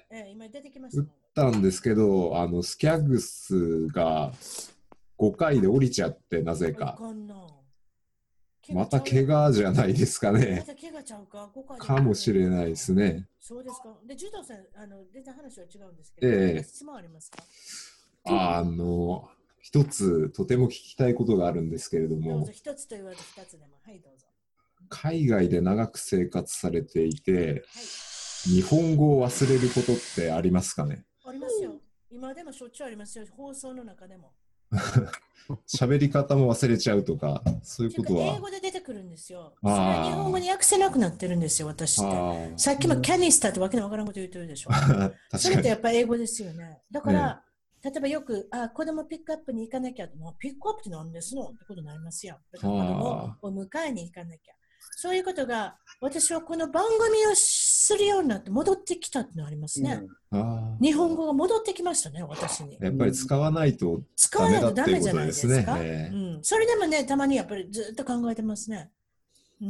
ええ、今出てきました打ったんですけど、あの、スキャグスがごかいで降りちゃって、なぜか。また怪我じゃないですかね。 また怪我ちゃうか、 かもしれないですね。 そうですか。で、柔道さん、あの出た話は違うんですけど、 ええ、 質問ありますか？ あの、一つとても聞きたいことがあるんですけれども、 どうぞ一つと言わず二つでも、はい、どうぞ。 海外で長く生活されていて、はい、日本語を忘れることってありますかね？ ありますよ。今でもしょっちゅうありますよ。放送の中でも。 喋り方も忘れちゃうとか、そういうことは。 英語で出てくるんですよ。それは日本語に訳せなくなってるんですよ、私って。さっきもキャニスターってわけのわからんこと言ってるでしょ。それってやっぱり英語ですよね。だから、ね、例えばよく、あ、子供ピックアップに行かなきゃって、ピックアップって何ですのってことになりますよ。だから子供を迎えに行かなきゃ。そういうことが、私はこの番組をするようになって戻ってきたってのありますね。うん、日本語が戻ってきましたね、私に。 やっぱり使わないとダメだっていうことですね。 うん、それでもね、たまにやっぱりずっと考えてますね。うん、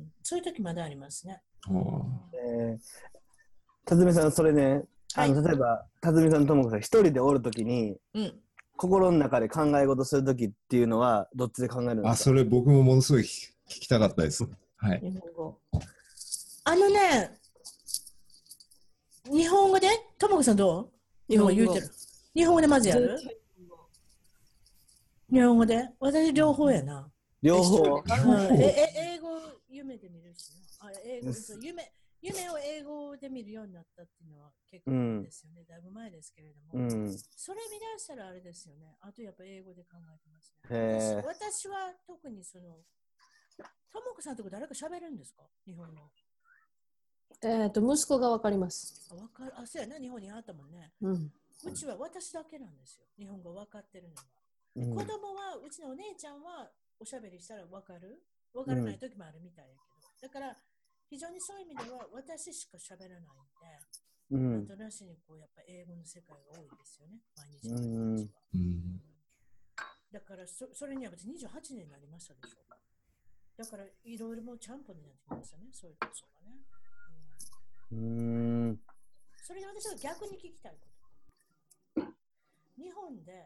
そういう時まだありますね。 えー、辰巳さん、それね、あの、はい、例えば、辰巳さんともこさん、一人でおるときに、うん、心の中で考え事するときっていうのは、どっちで考えるんですか？ あ、それ僕もものすごい聞きたかったです。はい。 日本語。あのね、日本語でともこさんどう？日本語言うてる。日本語でまずやる？日本語で私両方やな。 両方。 うん、え英語夢で見るしな。あ英語そう夢夢を英語で見るようになったっていうのは結構ですよね。うん、だいぶ前ですけれども、うん、それ見出したらあれですよね。あとやっぱ英語で考えてますね。私, 私は特にそのともこさんとこ誰か喋るんですか？日本語。 えっと息子がわかります。 あ、わかる。あ、そうやな、日本にあったもんね。うん、うちは私だけなんですよ。日本語わかってるのは。うん、子供はうちのお姉ちゃんはおしゃべりしたらわかる。わからない時もあるみたいやけど。だから非常にそういう意味では私しか喋らないんで、うん、あとなしにこうやっぱ英語の世界が多いですよね。毎日毎日は。うん、だから そ, それには別ににじゅうはちねんになりましたでしょうか。だからいろいろもうちゃんぽんになってきましたね。そういうことがね。 うーんそれで私は逆に聞きたいこと。日本で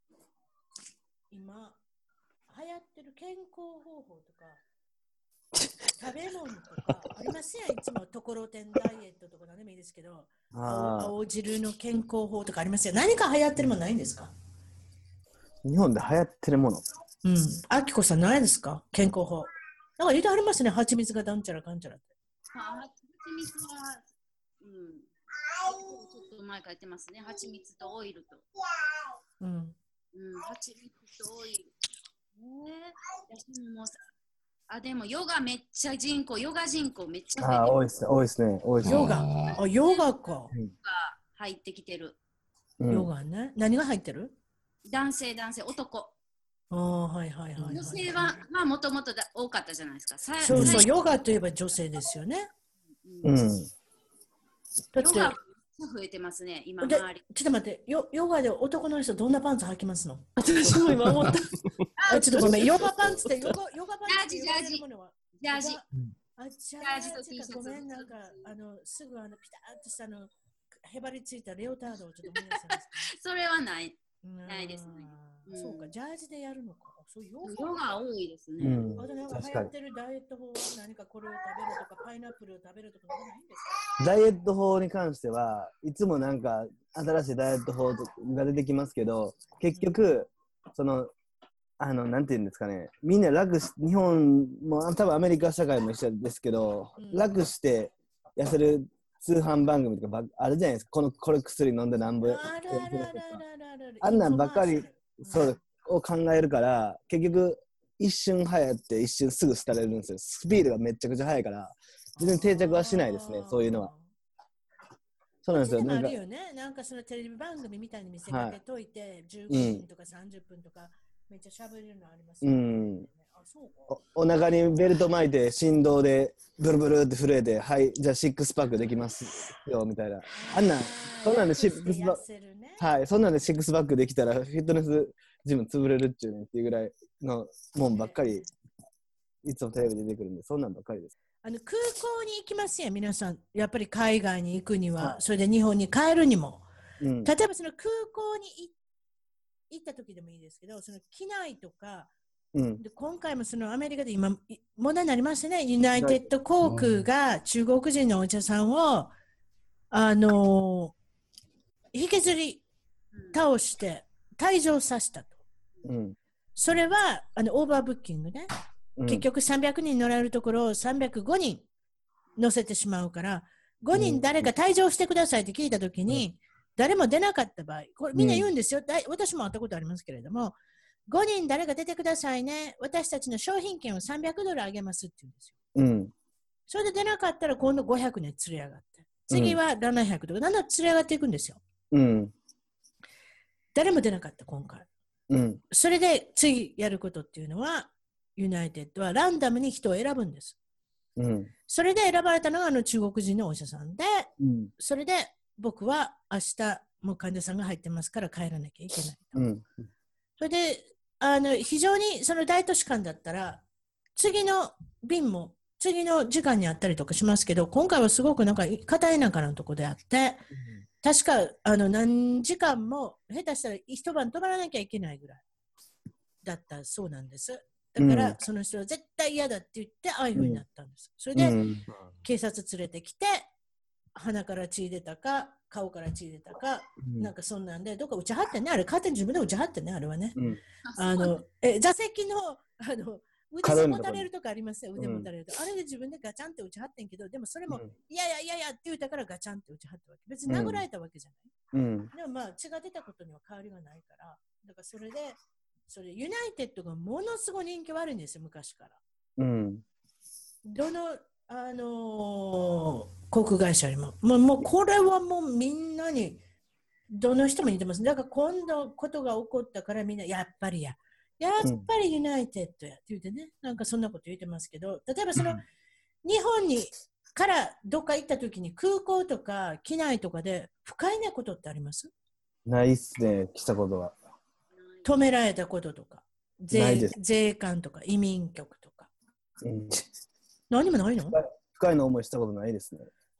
今流行ってる健康方法とか食べ物とかありますやん。いつもところてんダイエットとか何でもいいですけど、青, 青汁の健康法とかありますやん。何か流行ってるものないんですか？ 日本で流行ってるもの。 うん。あきこさんないですか？健康法。なんか言うてありますね。蜂蜜がなんちゃらかんちゃらって。 はちみつは、うん。ちょっと前から言ってますね。蜂蜜とオイルと。うん。うん。蜂蜜とオイル。えー、もうあ、でもヨガめっちゃ人口、ヨガ人口めっちゃ増えてる。 あ、多いですね、多いですね、多いですね。 ヨガ。あ、ヨガか。 ヨガ入ってきてる。 ヨガね。何が入ってる？ 男性、男性、男。 ああ、はいはいはい、はい。 女性は、まあ、もともと多かったじゃないですか。 そうそう、ヨガといえば女性ですよね。 うん。だってヨガ増えてますね、今周り。 ちょっと待って、ヨ、ヨガで男の人どんなパンツ履きますの？私も今思った。あ、ちょっとごめん、ヨガパンツってヨガ、ヨガパンツってジャージ、ジャージ。 ジャージ。 あ、 ジャージと T シャツ。ごめん、なんか、あの、すぐあの、ピタッとしたの、へばりついたレオタードをちょっと思い出したんですけど。それはない。ないですね。 そうか、ジャージでやるのか。そうヨガ多いですね。 うん、あとなんか流行ってるダイエット法は何かこれを食べるとかパイナップルを食べるとかないんですか？ ダイエット法に関してはいつもなんか新しいダイエット法が出てきますけど、結局そのあのなんていうんですかね、みんな楽し日本も多分アメリカ社会も一緒ですけど、うん、楽して痩せる通販番組とかあるじゃないですか。このこれ薬飲んでなんぼあんなんばっかりそうを考えるから、結局一瞬流行って一瞬すぐ廃れるんですよ。スピードがめちゃくちゃ速いから全然定着はしないですね、そういうのは。そうなんですよ。 なんかあるよね、なんかそのテレビ番組みたいに見せかけといて、はい、じゅうごふんとかさんじゅっぷんとかめっちゃしゃべれるのありますよね。うんあそうかお, お腹にベルト巻いて振動でブルブルって震えて、はいじゃあシックスパックできますよみたいな、あんなんそんなんでシックスパック、ね、はいそんなんでシックスパックできたらフィットネスジム潰れるっちゅうねっていうぐらいのもんばっかりいつもテレビで出てくるんで、そんなんばっかりです。 あの空港に行きますよ皆さん。やっぱり海外に行くには、はい、それで日本に帰るにも、うん、例えばその空港に行った時でもいいですけど、その機内とか、うん、で今回もそのアメリカで今問題になりましたね。ユナイテッド航空が中国人のお茶さんをあの引きずり倒して退場させたと。うん、それはあのオーバーブッキングね、うん、結局さんびゃくにん乗られるところをさんびゃくごにん乗せてしまうから、ごにん誰か退場してくださいって聞いたときに、うん、誰も出なかった場合、これみんな言うんですよ、うん、私も会ったことありますけれども、ごにん誰か出てくださいね、私たちの商品券をさんびゃくドルあげますって言うんですよ、うん、それで出なかったら今度ごひゃくねん連れ上がって、次はななひゃくとかだんだん連れ上がっていくんですよ、うん、誰も出なかった今回、うん、それで次やることっていうのはユナイテッドはランダムに人を選ぶんです、うん、それで選ばれたのがあの中国人のお医者さんで、うん、それで僕は明日もう患者さんが入ってますから帰らなきゃいけないと、うん、それであの非常にその大都市間だったら次の便も次の時間にあったりとかしますけど、今回はすごくなんか片田舎のとこであって、うん、確かあの何時間も下手したら一晩泊まらなきゃいけないぐらいだったそうなんです。だから、うん、その人は絶対嫌だって言ってああいう風になったんです。それで、うん、警察連れてきて鼻から血出たか顔から血出たか、うん、なんかそんなんでどっか打ち張ってね、あれ勝手に自分で打ち張ってね、あれはね、うん、あのえ座席のあの腕持たれるとかありますよ、腕持たれると、うん、あれで自分でガチャンって打ち張ってんけど、でもそれも、うん、いやいやいやいやって言ったからガチャンって打ち張ったわけ、別に殴られたわけじゃない、うん、でもまあ血が出たことには変わりがないから、だからそれでそれユナイテッドがものすごい人気悪いんですよ昔から、うん、どのあのー、航空会社よりも、もう、もうこれはもうみんなにどの人も言ってます。だから今度ことが起こったからみんなやっぱりややっぱりユナイテッドやって言ってね、なんかそんなこと言ってますけど、例えばその、うん、日本にからどっか行った時に空港とか機内とかで不快なことってあります？ ないっすね、来たことは。 止められたこととか、税、税関とか移民局とか、うん、何もないの？ 不快な思いしたことないですね。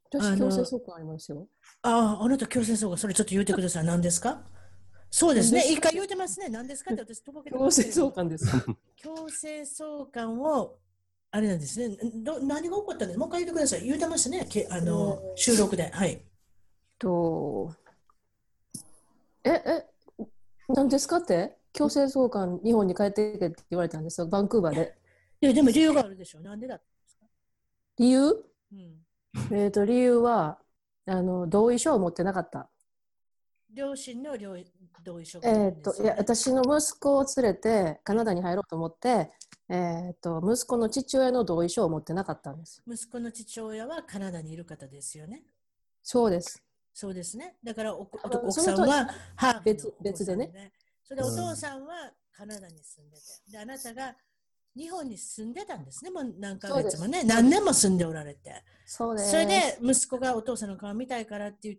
私、強制送還ありますよ。 ああ、あなた強制送還、それちょっと言ってください。何ですか？そうですね。一回言うてますね。何ですかって私、とぼけて強制送還です。 強制送還を、あれなんですね。ど何が起こったんですか？もう一回言ってください。言うてましたね。けあの、収録で。はい。 と、え、え、何ですかって？強制送還、日本に帰ってきてって言われたんですよ。バンクーバーで。 いや、でも理由があるでしょう。なんでだったんですか？ 理由？ うん、 えっと、理由は、あの、同意書を持ってなかった。 両親の両同意書、 ね。えっと、いや、私の息子を連れてカナダに入ろうと思って、えっと、息子の父親の同意書を持ってなかったんです。 息子の父親はカナダにいる方ですよね。 そうです。 そうですね。だからお奥さんはハーフ別別でね。 それでお父さんはカナダに住んでて、であなたが日本に住んでたんですね。もう何ヶ月もね、何年も住んでおられて。 そうです。 それで息子がお父さんの顔見たいからって言って、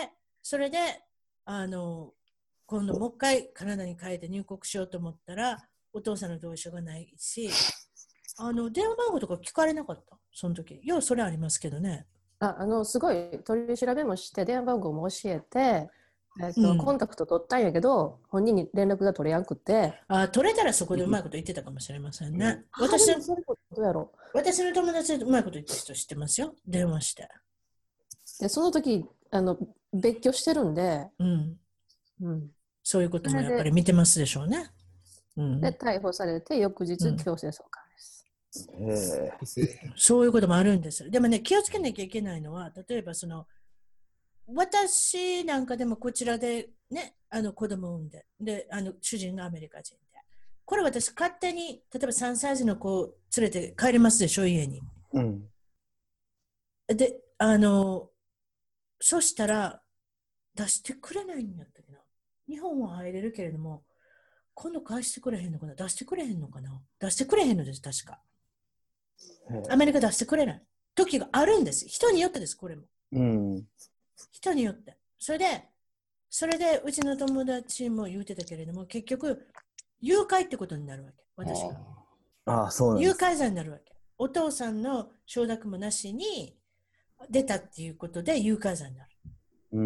それであの今度もう一回カナダに帰って入国しようと思ったら、お父さんの同意書がないし、あの電話番号とか聞かれなかった、その時。ようそれありますけどね。 ああのすごい取り調べもして電話番号も教えて、えっとうん、コンタクト取ったんやけど本人に連絡が取れやんくて、 あ取れたらそこでうまいこと言ってたかもしれませんね。うん、私の私の友達でうまいこと言った人知ってますよ、電話して。 でその時あの別居してるんで、 うんうん、そういうこともやっぱり見てますでしょうね。 うん、で逮捕されて翌日強制送還です。 うん、そういうこともあるんです。でもね、気をつけなきゃいけないのは、例えばその私なんかでもこちらでね、あの子供を産んで、で、あの主人がアメリカ人で、これ私勝手に例えばさんさい児の子を連れて帰りますでしょ、家に。うん、で、あの、そしたら出してくれないんだったっけな。日本は入れるけれども、今度返してくれへんのかな、出してくれへんのかな、出してくれへんのです、確か。アメリカ出してくれない時があるんです。人によってです、これも。うん、人によって。それで、それでうちの友達も言うてたけれども、結局、誘拐ってことになるわけ、私が。 ああ、そうなんです。 誘拐罪になるわけ。お父さんの承諾もなしに出たっていうことで誘拐罪になる。うん。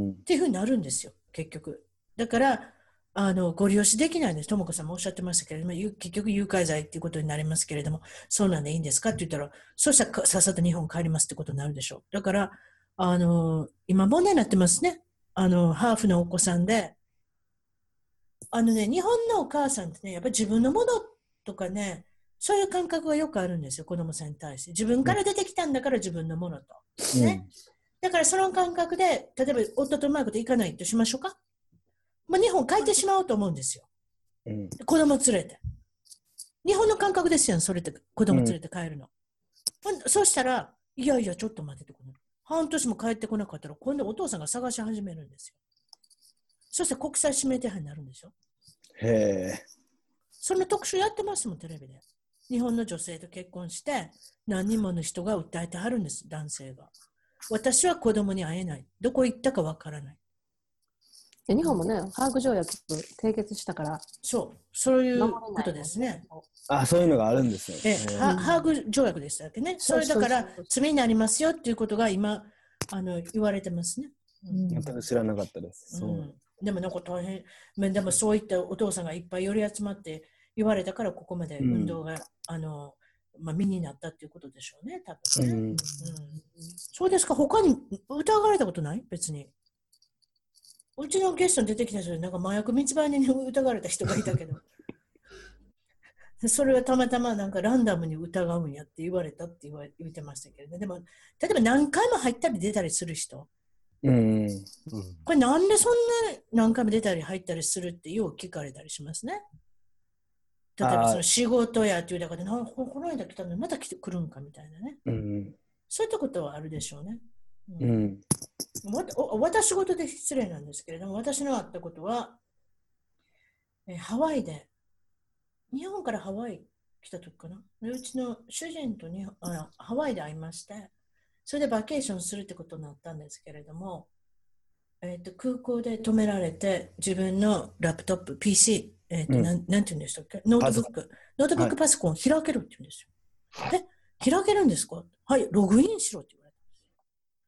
っていうふうになるんですよ、結局。だから、あのご利用しできないんです。ともこさんもおっしゃってましたけれども、結局誘拐罪っていうことになりますけれども、そうなんでいいんですかって言ったら、そうしたらさっさと日本帰りますってことになるでしょう。だから、あの今問題になってますね。あのハーフのお子さんで、あのね、日本のお母さんってね、やっぱり自分のものとかね、そういう感覚がよくあるんですよ、子供さんに対して。自分から出てきたんだから自分のものと。ね。うん、だからその感覚で、例えば夫とうまいこといかないとしましょうか。まあ、日本帰ってしまおうと思うんですよ。うん、子供連れて。日本の感覚ですよ、それって子供連れて帰るの。うん、そうしたら、いやいや、ちょっと待っててくれ。半年も帰ってこなかったら、今度お父さんが探し始めるんですよ。そして国際指名手配になるんでしょ。 へえ。 その特集やってますもん、テレビで。日本の女性と結婚して、何人もの人が訴えてはるんです、男性が。私は子供に会えない。どこ行ったかわからない。 日本もね、ハーグ条約締結したから。 そう、そういうことですね。 あ、そういうのがあるんですよ。 え、ハーグ条約でしたっけね。それだから罪になりますよっていうことが今あの言われてますね。 全く知らなかったです。そう、うん、 でもなんか大変。でもそういったお父さんがいっぱい寄り集まって言われたからここまで運動が、うん、あのまあ身になったっていうことでしょうね。多分ね。うんうん、そうですか。他に疑われたことない？別に。うちのゲストに出てきた人でなんか麻薬密売人に疑われた人がいたけどそれはたまたまなんかランダムに疑うんやって言われたって言われ言ってましたけどね。でも例えば何回も入ったり出たりする人、うん、これなんでそんな何回も出たり入ったりするってよう聞かれたりしますね。例えばその仕事やっていうだけでなんかこの間来たのにまた来てくるんかみたいなね、うん、そういったことはあるでしょうね。うんうん、私事で失礼なんですけれども、私のあったことは、えハワイで、日本からハワイ来た時かな。うちの主人とにあハワイで会いまして、それでバケーションするってことになったんですけれども、えー、と空港で止められて、自分のラップトップ、ピーシー、えーとうん、なん、なんて言うんでしたっけ、ノートブック、ノートブックパソコンを開けるって言うんですよ。はい、え、開けるんですか？はい、ログインしろって言われた。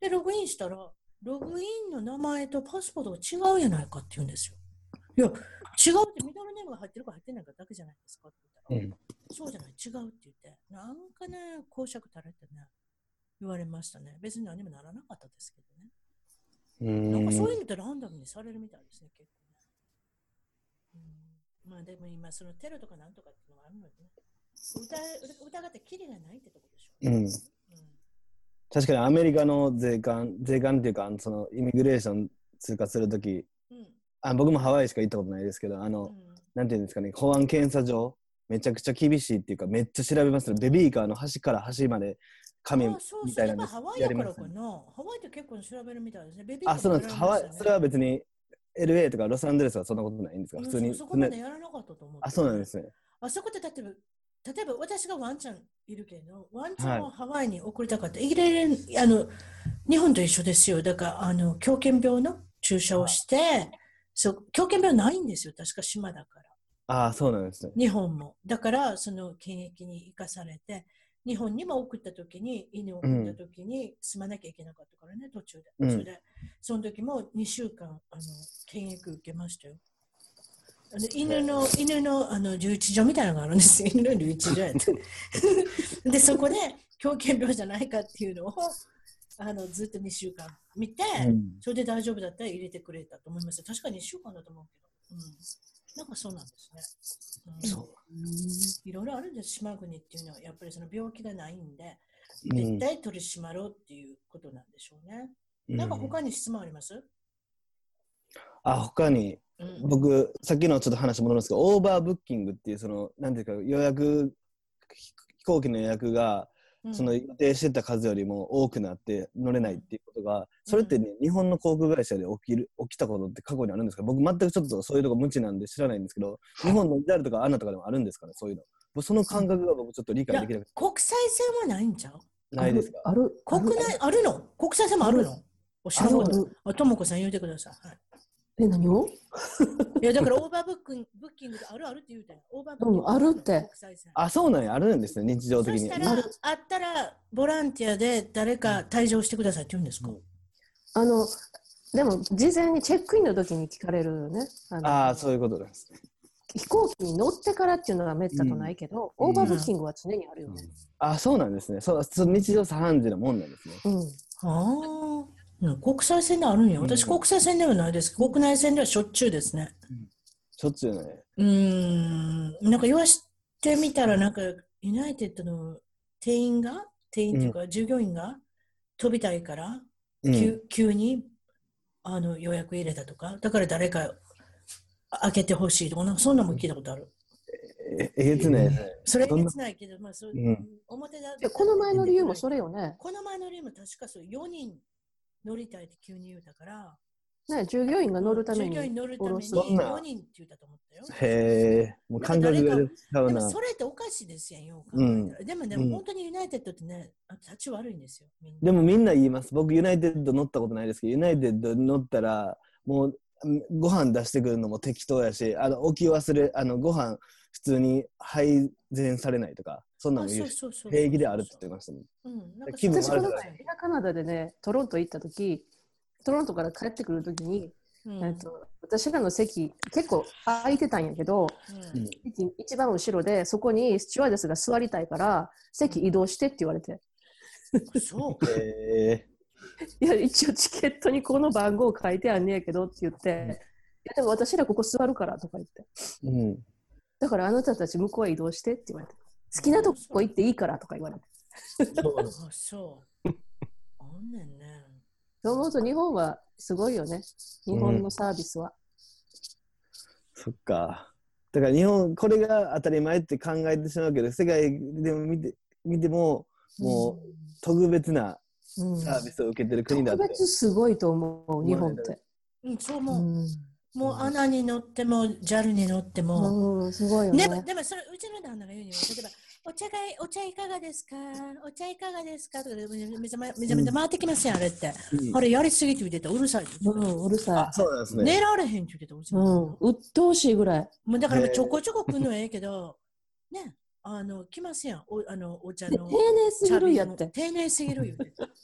で、ログインしたら、ログインの名前とパスポートが違うやないかって言うんですよ。いや、違うってミドルネームが入ってるか入ってないかだけじゃないですかって言ったら、うん、そうじゃない、違うって言って、なんかね、公爵垂れてね、言われましたね。別に何もならなかったですけどね。うんなんかそういうのってランダムにされるみたいですね、結構ね。うん、まあでも今、そのテロとかなんとかっていうのがあるのでね、疑ってキリがないってとこでしょう、ね。うんうん確かにアメリカの税関、税関っていうか、そのイミグレーション通過するとき、うん、あ僕もハワイしか行ったことないですけど、あの、うん、なんていうんですかね、保安検査場、めちゃくちゃ厳しいっていうか、めっちゃ調べますよ。ベビーカーの端から端まで紙みたいなのやります、ね。ハワイって結構調べるみたいですね。ベビーカーあ、そうなんです。ハワイ、それは別に エルエー とかロサンゼルスはそんなことないんですか、 うん、 普通に。 そこまでやらなかったと思う。 あ、そうなんですね。 あそこって例えば、例えば私がワンちゃんいるけど、ワンちゃんをハワイに送りたかった。はい、入れるあの日本と一緒ですよ。だからあの狂犬病の注射をして、はい、そう狂犬病ないんですよ。確か島だから。 ああ、そうなんですね。 日本も。だからその検疫に生かされて、日本にも送った時に、犬を送った時に住まなきゃいけなかったからね、途中で。うん、それで、その時もにしゅうかんあの検疫受けましたよ。犬の、犬の、あの留置所みたいなのがあるんですよ。犬の留置所やって。で、そこで狂犬病じゃないかっていうのをあのずっとにしゅうかん見て、うん、それで大丈夫だったら入れてくれたと思います。確かににしゅうかんだと思うけど、うん、なんかそうなんですね。うん、そういろいろあるんです、島国っていうのは。やっぱりその病気がないんで、絶対取り締まろうっていうことなんでしょうね。うん、なんか他に質問あります？ あ、他に。僕、さっきのちょっと話戻るんですけど、オーバーブッキングっていう、その、なんていうか、予約、飛行機の予約が、その予定してた数よりも多くなって乗れないっていうことが、それってね、日本の航空会社で起きる、起きたことって過去にあるんですか？僕、全くちょっとそういうとこ無知なんで知らないんですけど、日本のイダルとかアナとかでもあるんですかね、そういうの。その感覚が僕ちょっと理解できなくて。 国際線はないんちゃう？ ないですか？ ある。 国内、あるの？国際線もあるの？お知らない。ともこさん言うてください。はい。 え、何をいやだからオーバーブックンブッキングであるあるって言うたらオーバーブッキング、 うん、あるって。 あ、そうなんや、あるんですね、日常的に。そしたら、あったらボランティアで誰か退場してくださいって言うんですか？うん、 あの、でも事前にチェックインの時に聞かれるよね。 ああ、そういうことですね。 飛行機に乗ってからっていうのはめったとないけど、うん、オーバーブッキングは常にあるよね。うん、 あ、そうなんですね。そう、その日常茶飯事なもんなんですね。 うん。 ああ。うん、国際線であるんや。私、国際線ではないです。国内線ではしょっちゅうですね。 うん、しょっちゅうね。 うーん。なんか言わしてみたら、なんか、ユナイテッドの店員が、店員というか、従業員が飛びたいから、うん、急にあの予約入れたとか、だから誰か開けてほしいとか、なんかそんなのも聞いたことある。 え、えげつない。 それえげつないけど、まあ、そう、うん、 表だ。この前の理由もそれよね。 この前の理由も確かそう、よにん。乗りたいって急に言うたから、 ね、従業員が乗るために、 従業員乗るためによにんって言ったと思ったよ。 へえ、もう感覚が違うな。 でもそれっておかしいですやんよ、うん、でもね、うん、本当にユナイテッドってね、立ち悪いんですよ。 みんなでもみんな言います。僕ユナイテッド乗ったことないですけど、ユナイテッド乗ったらもうご飯出してくるのも適当やし、あの置き忘れ、あのご飯普通に配膳されないとか。そんなの言う平気であるって言ってましたね。 うん、なんか気分悪くない。私この前エアカナダでね、トロント行った時、トロントから帰ってくる時に、うん、えっと、私らの席結構空いてたんやけど、うん、一番後ろでそこにスチュワーデスが座りたいから席移動してって言われて。 そう。 えー、いや一応チケットにこの番号書いてあんねやけどって言って、うん、いやでも私らここ座るからとか言って、うん、だからあなたたち向こうへ移動してって言われて。好きなとこ行っていいからとか言われて。 そうそう。あんねんね。 そう思うと日本はすごいよね。日本のサービスは。うん、 そっか。だから日本、これが当たり前って考えてしまうけど、世界でも見て、見ても、もう特別なサービスを受けてる国だって。 特別すごいと思う、日本って。 うん、そう思う。うんもうアナに乗っても ジャル に乗っても、 うん、すごいよね。 でも、でもそれうちの旦那が言うには、例えばお茶がお茶いかがですか、お茶いかがですかとかでめちゃめちゃ回ってきますよ、あれって。うん、あれやりすぎって言ってた、うるさい。 うん、うるさい。 あ、そうなんですね。 寝られへんって言ってた、うちの旦那。うん、うっとうしいぐらい。 もうだからちょこちょこ来るのはええけど、ね、あの来ますやん、おあのお茶の。 丁寧すぎるやって。 丁寧すぎる言ってた。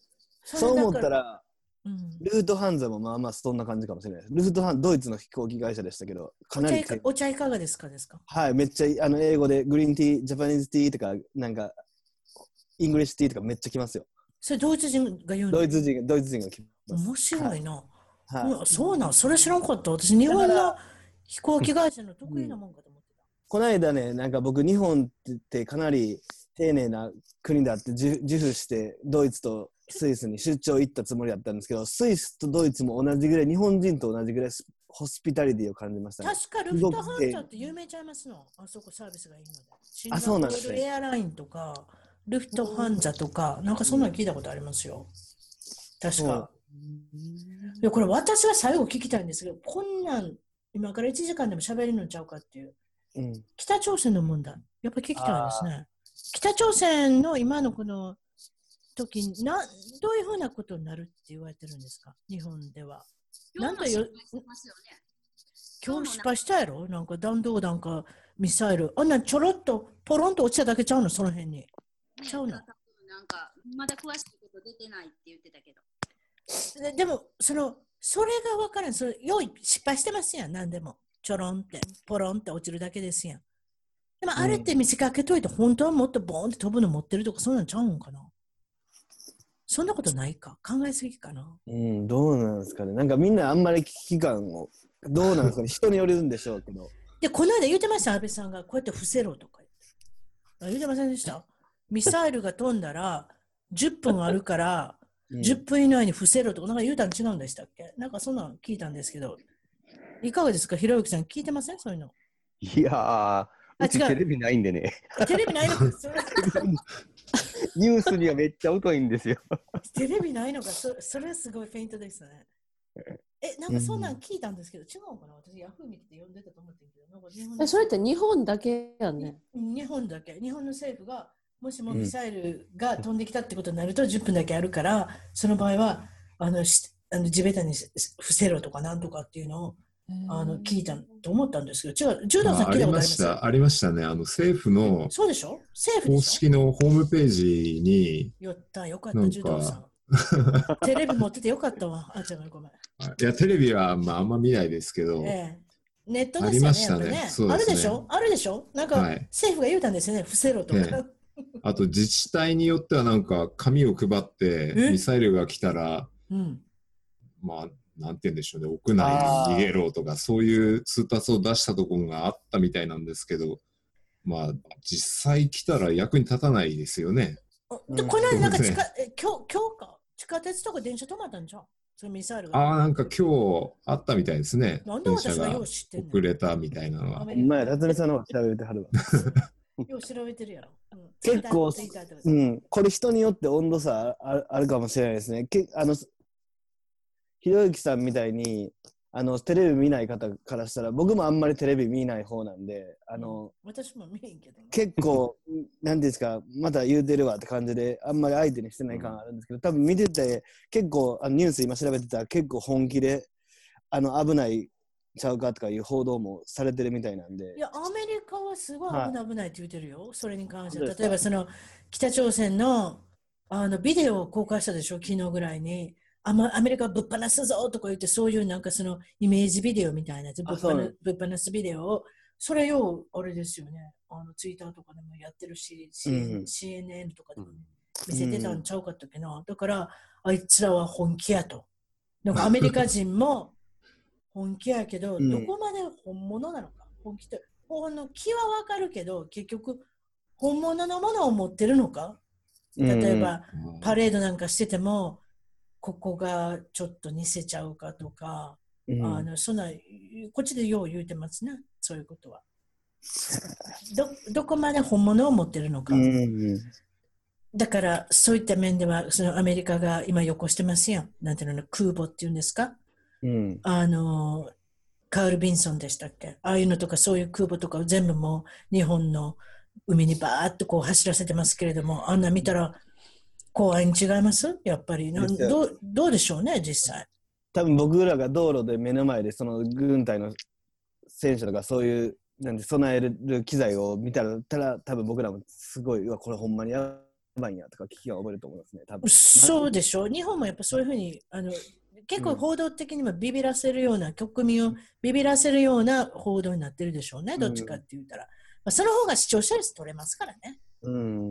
そう思ったら、うん、ルートハンザもまあまあそんな感じかもしれないです。ルートハンドイツの飛行機会社でしたけど、かなりお茶いかがですかですか？ はい、めっちゃあの英語でグリーンティー、ジャパニーズティーとか、なんかイングリッシュティーとかめっちゃ来ますよ。 それドイツ人が言うの？ ドイツ人、ドイツ人が来ます。 面白いな。はいはい、 そうなん、それ知らんかった。私、日本の飛行機会社の得意なもんかと思ってた。 この間ね、なんか僕、日本ってかなり丁寧な国だって自負して、ドイツとスイスに出張行ったつもりだったんですけど、スイスとドイツも同じぐらい、日本人と同じぐらいホスピタリティを感じましたね。 確かルフトハンザって有名ちゃいますの。あそこサービスがいいので。 あ、そうなんですね。 エアラインとか、ルフトハンザとか、なんかそんなの聞いたことありますよ。確か。いやこれ私は最後聞きたいんですけど、こんなん今からいちじかんでも喋れるのちゃうかっていう、うん、北朝鮮の問題やっぱり聞きたいですね。北朝鮮の今のこの時になどういうふうなことになるって言われてるんですか、日本では。なんかよ今日失敗したやろ、なんか弾道弾かミサイルあんなちょろっとポロンと落ちただけちゃうの、その辺に、ね、ちゃうの。なんかまだ詳しいこと出てないって言ってたけど、 で, でもそのそれが分からん。それ用意失敗してますやん。何でもちょろんってポロンって落ちるだけですやん。でもあれって見せかけといて、うん、本当はもっとボーンって飛ぶの持ってるとかそんなんちゃうんかな。そんなことないか、考えすぎかな。 うん、どうなんですかね。なんかみんなあんまり危機感をどうなんですかね。人によるんでしょうけど。 でこの間言ってました、安倍さんがこうやって伏せろとか言って言ってませんでした？ミサイルが飛んだらじゅっぷんあるからうん、じゅっぷん以内に伏せろとかなんか言うたの違うんでしたっけ？なんかそんなの聞いたんですけど、いかがですか、ひろゆきさん、聞いてませんそういうの？ いやー、うちテレビないんでね。 テレビないのかニュースにはめっちゃ疎いんですよ。 テレビないのか、そ, それはすごいフェイントですね。え、なんかそんなん聞いたんですけど、違うかな、私ヤフー見てて読んでたと思ってるけど、なんか日本えそれって日本だけやんね。 日本だけ、日本の政府がもしもミサイルが飛んできたってことになるとじゅっぷんだけあるから、うん、その場合はあのしあの地べたに伏せろとかなんとかっていうのをあの聞いたと思ったんですけど、違う、柔道さん聞いたことありますか？ ありましたね。あの政府のそうでしょ、政府公式のホームページによったよかった、柔道さんテレビ持っててよかったわ。あ、違う、ごめん。 いやテレビは、まあ、あんま見ないですけど、 ええ、ネットですよね。ありましたね。やっぱね、そうですね。あるでしょ、あるでしょ、なんか、はい、政府が言うたんですよね、伏せろとか、ええあと自治体によってはなんか紙を配ってミサイルが来たら、うん、まあなんて言うんでしょうね、屋内に逃げろとかそういう通達を出したところがあったみたいなんですけど、まあ実際来たら役に立たないですよね。 でこの間なんか地下、え今日今日か地下鉄とか電車止まったんじゃん、そのミサイルが。 ああ、なんか今日あったみたいですね。 なんで私がよう知ってんの？ 遅れたみたいなのは。 お前らつみさんの方が調べてはるわ。 よう調べてるやろ。うん、 結構、うん、これ人によって温度差あ る, あるかもしれないですね。けあのひろゆきさんみたいにあのテレビ見ない方からしたら、僕もあんまりテレビ見ない方なんで、あの、 うん、私も見へんけど、ね、 結構なんですか、また言うてるわって感じであんまり相手にしてない感あるんですけど、多分見てて結構あのニュース今調べてたら結構本気であの危ないちゃうかとかいう報道もされてるみたいなんで。 いや、アメリカはすごい危ない危ないって言ってるよ、はい、それに関しては。例えばその北朝鮮のあのビデオを公開したでしょ、昨日ぐらいに。アメリカぶっ放すぞとか言って、そういうなんかそのイメージビデオみたいなやつ、ぶっ放すビデオを、それようあれですよね、あのツイッターとかでもやってるし、うん、シーエヌエヌ とかでも見せてたんちゃうかったっけな、うん、だからあいつらは本気やと。なんかアメリカ人も本気やけど、うん、どこまで本物なのか、本気ってこの気はわかるけど、結局本物のものを持ってるのか。例えば、うん、パレードなんかしててもここがちょっと似せちゃうかとか、うん、あのそんなこっちでよう言うてますね、そういうことは。 ど, どこまで本物を持ってるのか、うん、だからそういった面ではそのアメリカが今よこしてますやん、なんていうの、空母っていうんですか、うん、あのカール・ビンソンでしたっけ、ああいうのとか、そういう空母とかを全部もう日本の海にバーッとこう走らせてますけれども、あんな見たら怖いに違います？やっぱりどう、どうでしょうね、実際。 多分僕らが道路で目の前でその軍隊の戦車とかそういうなんで備える機材を見たら、たら多分僕らもすごい、うわこれほんまにやばいんやとか危機が覚えると思いますね、多分。 そうでしょ。日本もやっぱそういうふうに、あの、結構報道的にもビビらせるような、国民をビビらせるような報道になってるでしょうね、どっちかって言ったら。まあ、その方が視聴者率取れますからね。うん。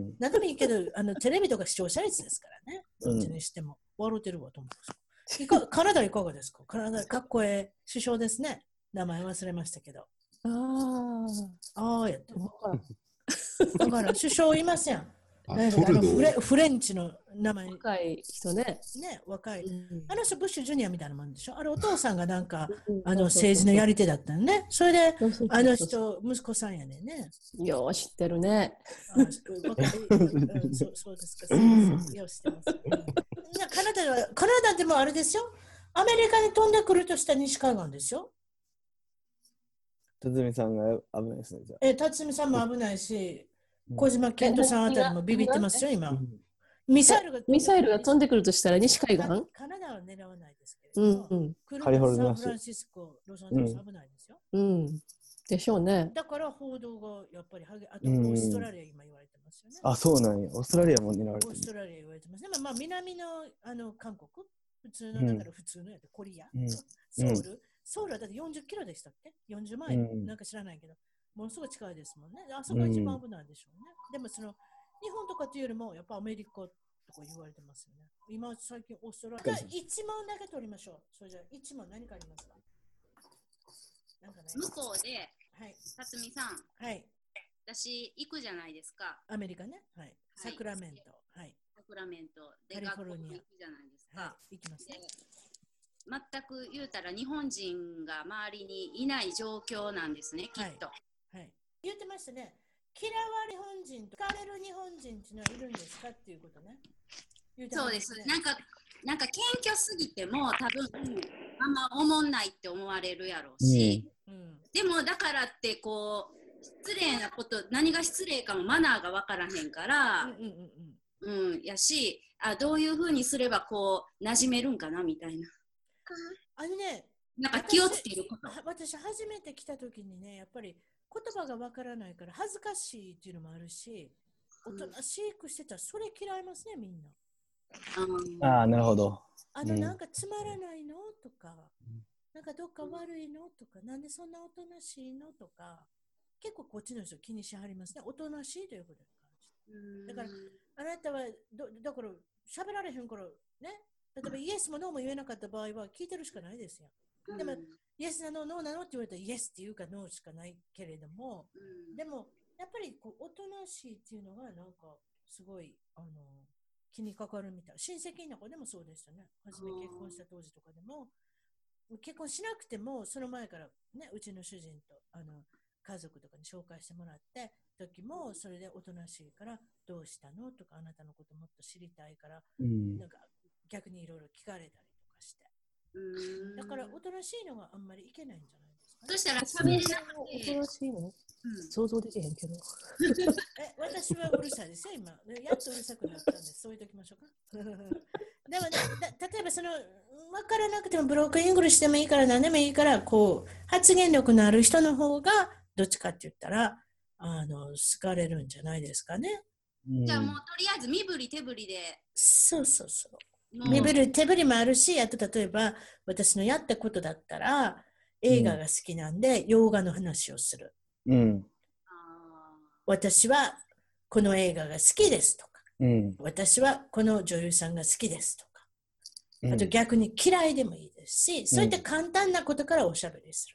なんでもいいけど、あのテレビとか視聴者率ですからね。どっちにしても。笑ってるわと思うんです。カナダいかがですか？カナダ、かっこええ首相ですね。名前忘れましたけど。ああ。ああ、やってる。だから首相いますやん。ああのフレフレンチの名前。 若い人ね。 ね、若い。うん、あの人、ブッシュジュニアみたいなもんでしょ。あれ、お父さんがなんか、あの政治のやり手だったのね。それで、あの人、息子さんやねんね。 よう知ってるね。 あ若いうん、そうそうですか。そうです。よう知ってます。カナダは、カナダでもあれですよ。アメリカに飛んでくるとした西海岸ですよ。 辰巳さんが危ないですね。 え、辰巳さんも危ないし、小島健人さんあたりもビビってますよ、今。ミサイルがミサイルが飛んでくるとしたら西海岸カナダは狙わないですけれども、うんうん、カリフォルニア、サンフランシスコ、ロサンゼルス危ないですよ。 うん、でしょうね。 だから報道がやっぱり、あとオーストラリア今言われてますよね。 あ、そうなんや。オーストラリアも狙われてる。 オーストラリア言われてますね。まあ、南のあの韓国、普通の、だから普通のやつ、コリア、うん、ソウル、ソウルはだってよんじゅっキロでしたっけ ?よんじゅうマイル、うん、なんか知らないけど、ものすごい近いですもんね。あそこが一番危ないでしょうね。うん、でもその、日本とかっていうよりも、やっぱアメリカとか言われてますよね。今、最近オーストラリア。いち問だけ取りましょう。それじゃあ、いち問何かありますか？ なんかね、向こうで、はい、辰巳さん、 はい、 私、行くじゃないですか。 アメリカね。はい。サクラメント。はい。 サクラメントでカリフォルニア行くじゃないですか。 はい、行きますね。 全く言うたら日本人が周りにいない状況なんですね、きっと。 はい。はい、言ってましたね。嫌われ日本人と、好かれる日本人っていうのはいるんですかっていうことね。 ねそうです。なんか、なんか謙虚すぎても多分、あんま思んないって思われるやろうし、うんうん、でもだからってこう、失礼なこと、何が失礼かもマナーが分からへんから、うんうんうんうん、やしあ、どういうふうにすればこう、馴染めるんかなみたいな。 あのね、 なんか気をつけること。 私、初めて来た時にね、やっぱり言葉がわからないから恥ずかしいっていうのもあるし、おとなしくしてたらそれ嫌いますね、みんな。 うん、ああ、なるほど。 あの、なんかつまらないのとか、なんかどっか悪いのとか、なんでそんなおとなしいのとか、結構こっちの人気にしはりますね。おとなしいということに関して。だから、あなたはど、だから喋られへんからね。例えばイエスもノーも言えなかった場合は聞いてるしかないですよ。でも、イエスなのノーなのって言われたらイエスって言うかノーしかないけれども、うん、でもやっぱりこうおとなしいっていうのがなんかすごいあの気にかかるみたい。親戚の子でもそうでしたね。初め結婚した当時とかでも、結婚しなくてもその前からね、うちの主人とあの家族とかに紹介してもらって時もそれでおとなしいからどうしたのとかあなたのこともっと知りたいから、うん、なんか逆にいろいろ聞かれたりとかして。だからおとなしいのがあんまりいけないんじゃないですか、ね。 そしたら喋りなくておとなしいの、うん、想像できへんけど。 え、私はうるさいですよ今。やっとうるさくなったんです。そう言っておきましょうか。でもね、だ例えばその分からなくてもブロークイングリッシュでもいいから何でもいいからこう発言力のある人の方がどっちかって言ったらあの好かれるんじゃないですかね。 じゃあもうとりあえず身振り手振りで。 そうそうそう。身振り手振りもあるし、あと例えば私のやったことだったら映画が好きなんで、うん、洋画の話をする、うん、私はこの映画が好きですとか、うん、私はこの女優さんが好きですとか、うん、あと逆に嫌いでもいいですし、そういった簡単なことからおしゃべりする。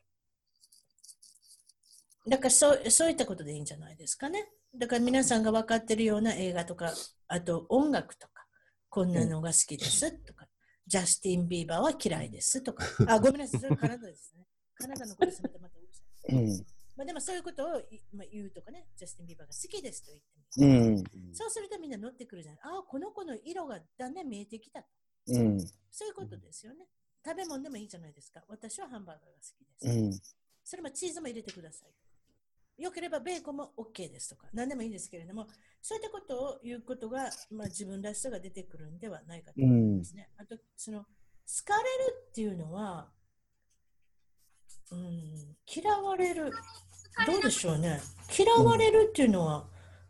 だからそう、そういったことでいいんじゃないですかね。だから皆さんが分かってるような映画とか、あと音楽とかこんなのが好きですとか、うん、ジャスティン・ビーバーは嫌いですとか、あ、ごめんなさい、それはカナダですね。カナダの子です。またまたうるさい。うん、まあでもそういうことを、まあ、言うとかね、ジャスティン・ビーバーが好きですと言ってみる、うん、そうするとみんな乗ってくるじゃない。あ、この子の色がだんだん見えてきたと、うん。そういうことですよね。食べ物でもいいじゃないですか。私はハンバーガーが好きです。うん、それもチーズも入れてください。よければベーコンも OK ですとか、何でもいいですけれども、そういったことを言うことが、まあ、自分らしさが出てくるんではないかと思いますね。うん、あと、その、好かれるっていうのは、うん、嫌われる、どうでしょうね。嫌われるっていうのは、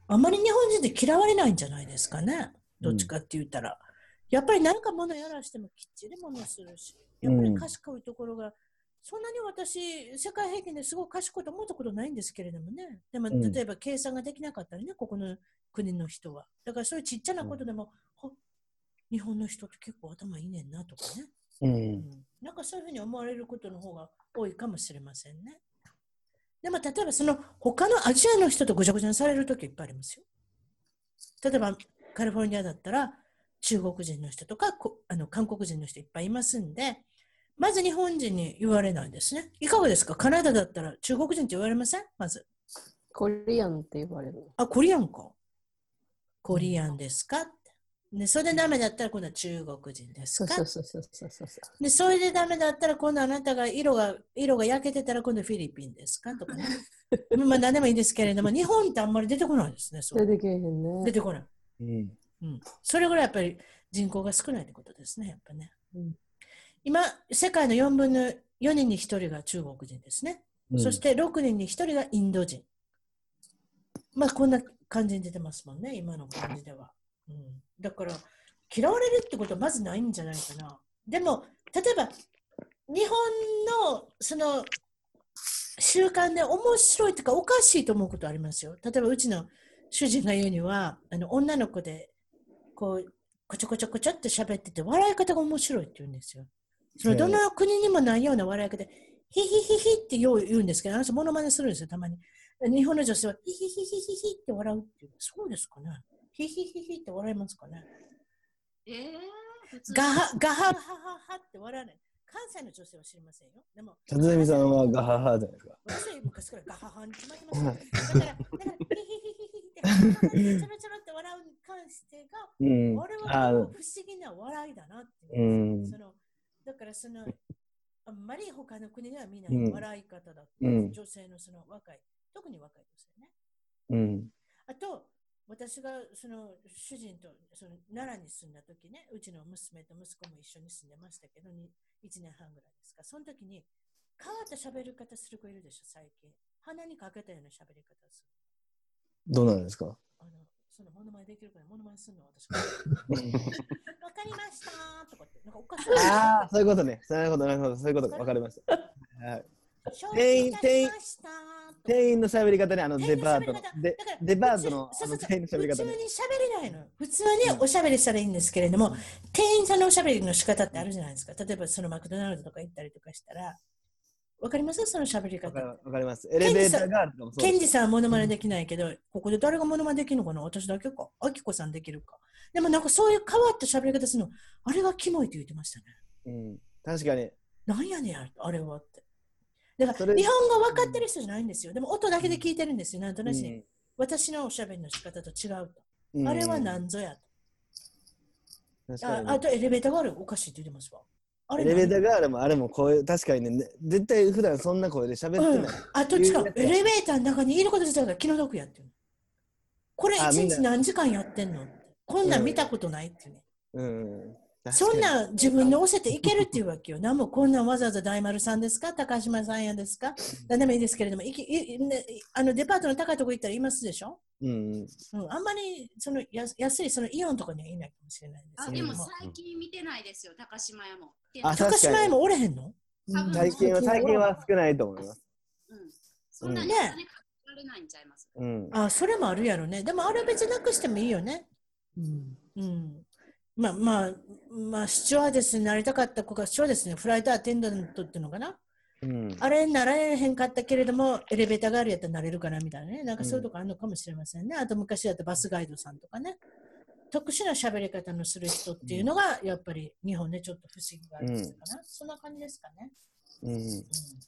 あまり日本人で嫌われないんじゃないですかね。どっちかって言ったら。うん、やっぱり何か物やらしてもきっちり物するし、やっぱり賢いところが、そんなに私、世界平均ですごい賢いと思ったことないんですけれどもね。でも、例えば計算ができなかったりね、ここの国の人は。だからそういうちっちゃなことでも、うん、日本の人って結構頭いいねんなとかね。うんうん、なんかそういうふうに思われることの方が多いかもしれませんね。でも例えばその他のアジアの人とごちゃごちゃにされるときいっぱいありますよ。例えばカリフォルニアだったら中国人の人とかあの韓国人の人いっぱいいますんで、まず日本人に言われないですね。いかがですか？カナダだったら中国人って言われません？まず。 コリアンって言われる。 あ、コリアンか。コリアンですか？で、それでダメだったら今度は中国人ですか？ そうそうそうそうそうそう。 で、それでダメだったら今度あなたが色が、色が焼けてたら今度フィリピンですかとかね。まあ何でもいいですけれども、日本ってあんまり出てこないですね。そう出てけへんね。 出てこない。うんうん。それぐらいやっぱり人口が少ないってことですね、やっぱね。うん、今、世界のよんぶんのよにんにひとりが中国人ですね。うん、そしてろくにんにひとりがインド人。まあこんな感じに出てますもんね、今の感じでは。うん、だから嫌われるってことはまずないんじゃないかな。でも例えば日本のその習慣で面白いとかおかしいと思うことありますよ。例えばうちの主人が言うにはあの女の子でこうこちょこちょこちょって喋ってて笑い方が面白いって言うんですよ。そのどの国にもないような笑い方でヒヒヒヒってよう言うんですけど、あの人モノマネするんですよ、たまに。日本の女性はヒヒヒヒヒヒって笑うっていう。そうですかね。ヒヒヒヒって笑いますかね。 えー、 ガハガハハハハって笑わない。関西の女性は知りませんよ。でも、 辰巳さんはガハハじゃないですか。 私は昔からガハハに決まってます。だから、だからヒヒヒヒヒって、ちょろちょろって笑うに関してが、うん、俺は不思議な笑いだなっていう、うん。そのだからその、あんまり他の国では見ない笑い方だった、うん、女性のその若い、特に若い女性ね。うん、あと、私がその主人とその奈良に住んだ時ね、うちの娘と息子も一緒に住んでましたけど、いちねんはんぐらいですか。その時に変わった喋り方する子いるでしょ、最近。鼻にかけたような喋り方する。 どうなんですか？ あのそのモノマネできるからモノマネするの私わかりましたとかって、なんかおかしい。 ああ、そういうことね。そういうこと、なるほど、そういうことわかりました。はい。店員、店員、店員の喋り方ね、あのデパートの、でデパートの店員の喋り方ね。 普通に喋れないの。普通におしゃべりしたらいいんですけれども、うん、店員さんのおしゃべりの仕方ってあるじゃないですか。例えばそのマクドナルドとか行ったりとかしたら、わかります？その喋り方。 わかります。エレベーターがあるのもそうです。 ケンジさんはモノマネできないけど、うん、ここで誰がモノマネできるのかな？私だけか。アキコさんできるか。でもなんかそういう変わった喋り方するの、あれがキモいって言ってましたね。 うん、確かに。 なんやねん、あれはって。だから日本語分かってる人じゃないんですよ。でも音だけで聞いてるんですよ。なんとなく、うん、私のおしゃべりの仕方と違うと。うん、あれは何ぞやと。あ, あとエレベーターがあるおかしいって言ってますわ。 エレベーターがあるもあれも声、確かにね、絶対普段そんな声で喋ってない。うん、 あと違う、エレベーターの中にいること自体が気の毒やってる。これ一日何時間やってんの？こんなん見たことないっていうね。うんうんそんな自分で押せていけるっていうわけよ。何もこんなわざわざ大丸さんですか高島さんやですか何でもいいですけれども、いきいね、あのデパートの高いとこ行ったらいますでしょ、うんうん、あんまりそのや安いそのイオンとかにはいないかもしれないですけど。あ、でも最近見てないですよ、高島屋も。 あ、高島屋もおれへんの？ 最近は、最近は少ないと思います。 うん、そんなにお金かけられないんちゃいます、 うん、あ、それもあるやろね。でもあれ別になくしてもいいよね。うんうんまあまあ、まあ、スチュワーデスになりたかった子がスチュワーデスにフライトアテンダントっていうのかな、うん、あれになられへんかったけれどもエレベーターがあるやったらなれるかなみたいなね、なんかそういうとこあるのかもしれませんね、うん、あと昔だとバスガイドさんとかね、特殊な喋り方のする人っていうのがやっぱり日本でちょっと不思議があるんですかな、うん、そんな感じですかね、うんうん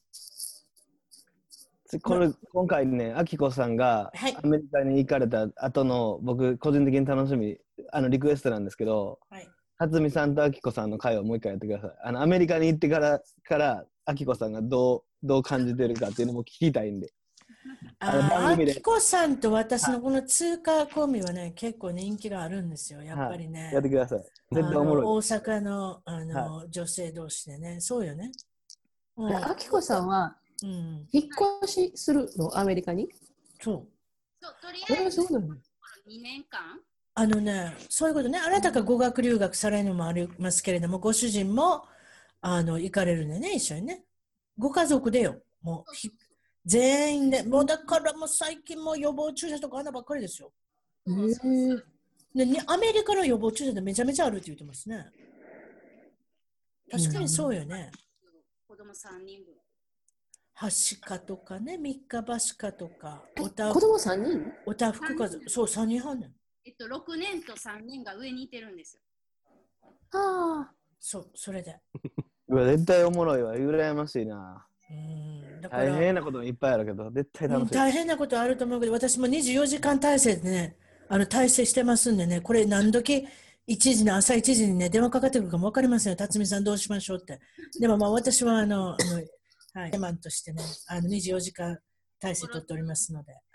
これ今回ね、あきこさんがアメリカに行かれた後の、はい、僕個人的に楽しみあのリクエストなんですけど、はい、辰巳さんとあきこさんの会をもう一回やってください。あのアメリカに行ってからからあきこさんがどうどう感じてるかっていうのも聞きたいんで。 あきこさんと私のこの通貨コンビはね、結構人気があるんですよ。やっぱりね。 はい、やってください。 絶対おもろい。大阪のあの、はい、女性同士でね、そうよね。 あきこさんは。うん、引っ越しするのアメリカに？ そう。 と、とりあえずそうなの。 にねんかんあのね、そういうことね、あなたが語学留学されるのもありますけれども、ご主人もあの行かれるのね、一緒にね。語家族でよ、もうひ全員で、もうだからもう最近もう予防注射とかあんなばっかりですよ。ね、あなたが語学留学されるのもありますけれども、ご主人もあの行かれるのね、一緒にね。ご家族でよ、もうひ全員で、もうだからもう最近もう予防注射とかあんなばっかりですよ。 えー、 でね、アメリカの予防注射ってめちゃめちゃあるって言ってますね。確かにそうよね。 子供さんにんぶん。 はしかとかね、三日ばしかとか、 おた子供さんにんおたふくかず、そう、さんにんはんねん。 えっと、ろくねんとさんねんが上にいてるんですよ。 ああ。 そう、それで。 うわ、絶対おもろいわ。羨ましいな。 うんだから大変なこともいっぱいあるけど、絶対楽しい。 うん、大変なことあると思うけど、私もにじゅうよじかん体制でね、あの体制してますんでね、これ何時いちじの朝いちじにね、電話かかってくるかも分かりませんよ。辰巳さんどうしましょうって。でもまあ私はあの、あの、はい、マンとしてね、あのにじゅうよじかん体制取っておりますので、はい、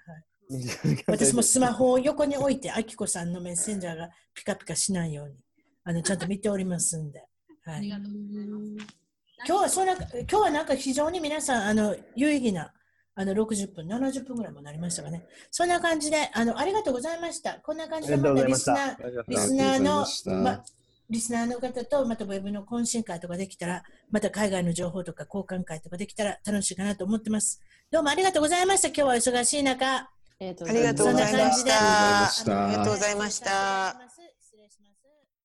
私もスマホを横に置いて、あきこさんのメッセンジャーがピカピカしないように、あのちゃんと見ておりますんで。はい、ありがとうございます。今日はそんな、今日はなんか非常に皆さん、あの、有意義な、あの、ろくじゅっぷん、ななじゅっぷんぐらいもなりましたかね。そんな感じで、あの、ありがとうございました。こんな感じで、またリスナー、リスナーの、ま、リスナーの方と、またウェブの懇親会とかできたら、また海外の情報とか交換会とかできたら楽しいかなと思ってます。どうもありがとうございました。今日は忙しい中。 ありがとうございました。ありがとうございました。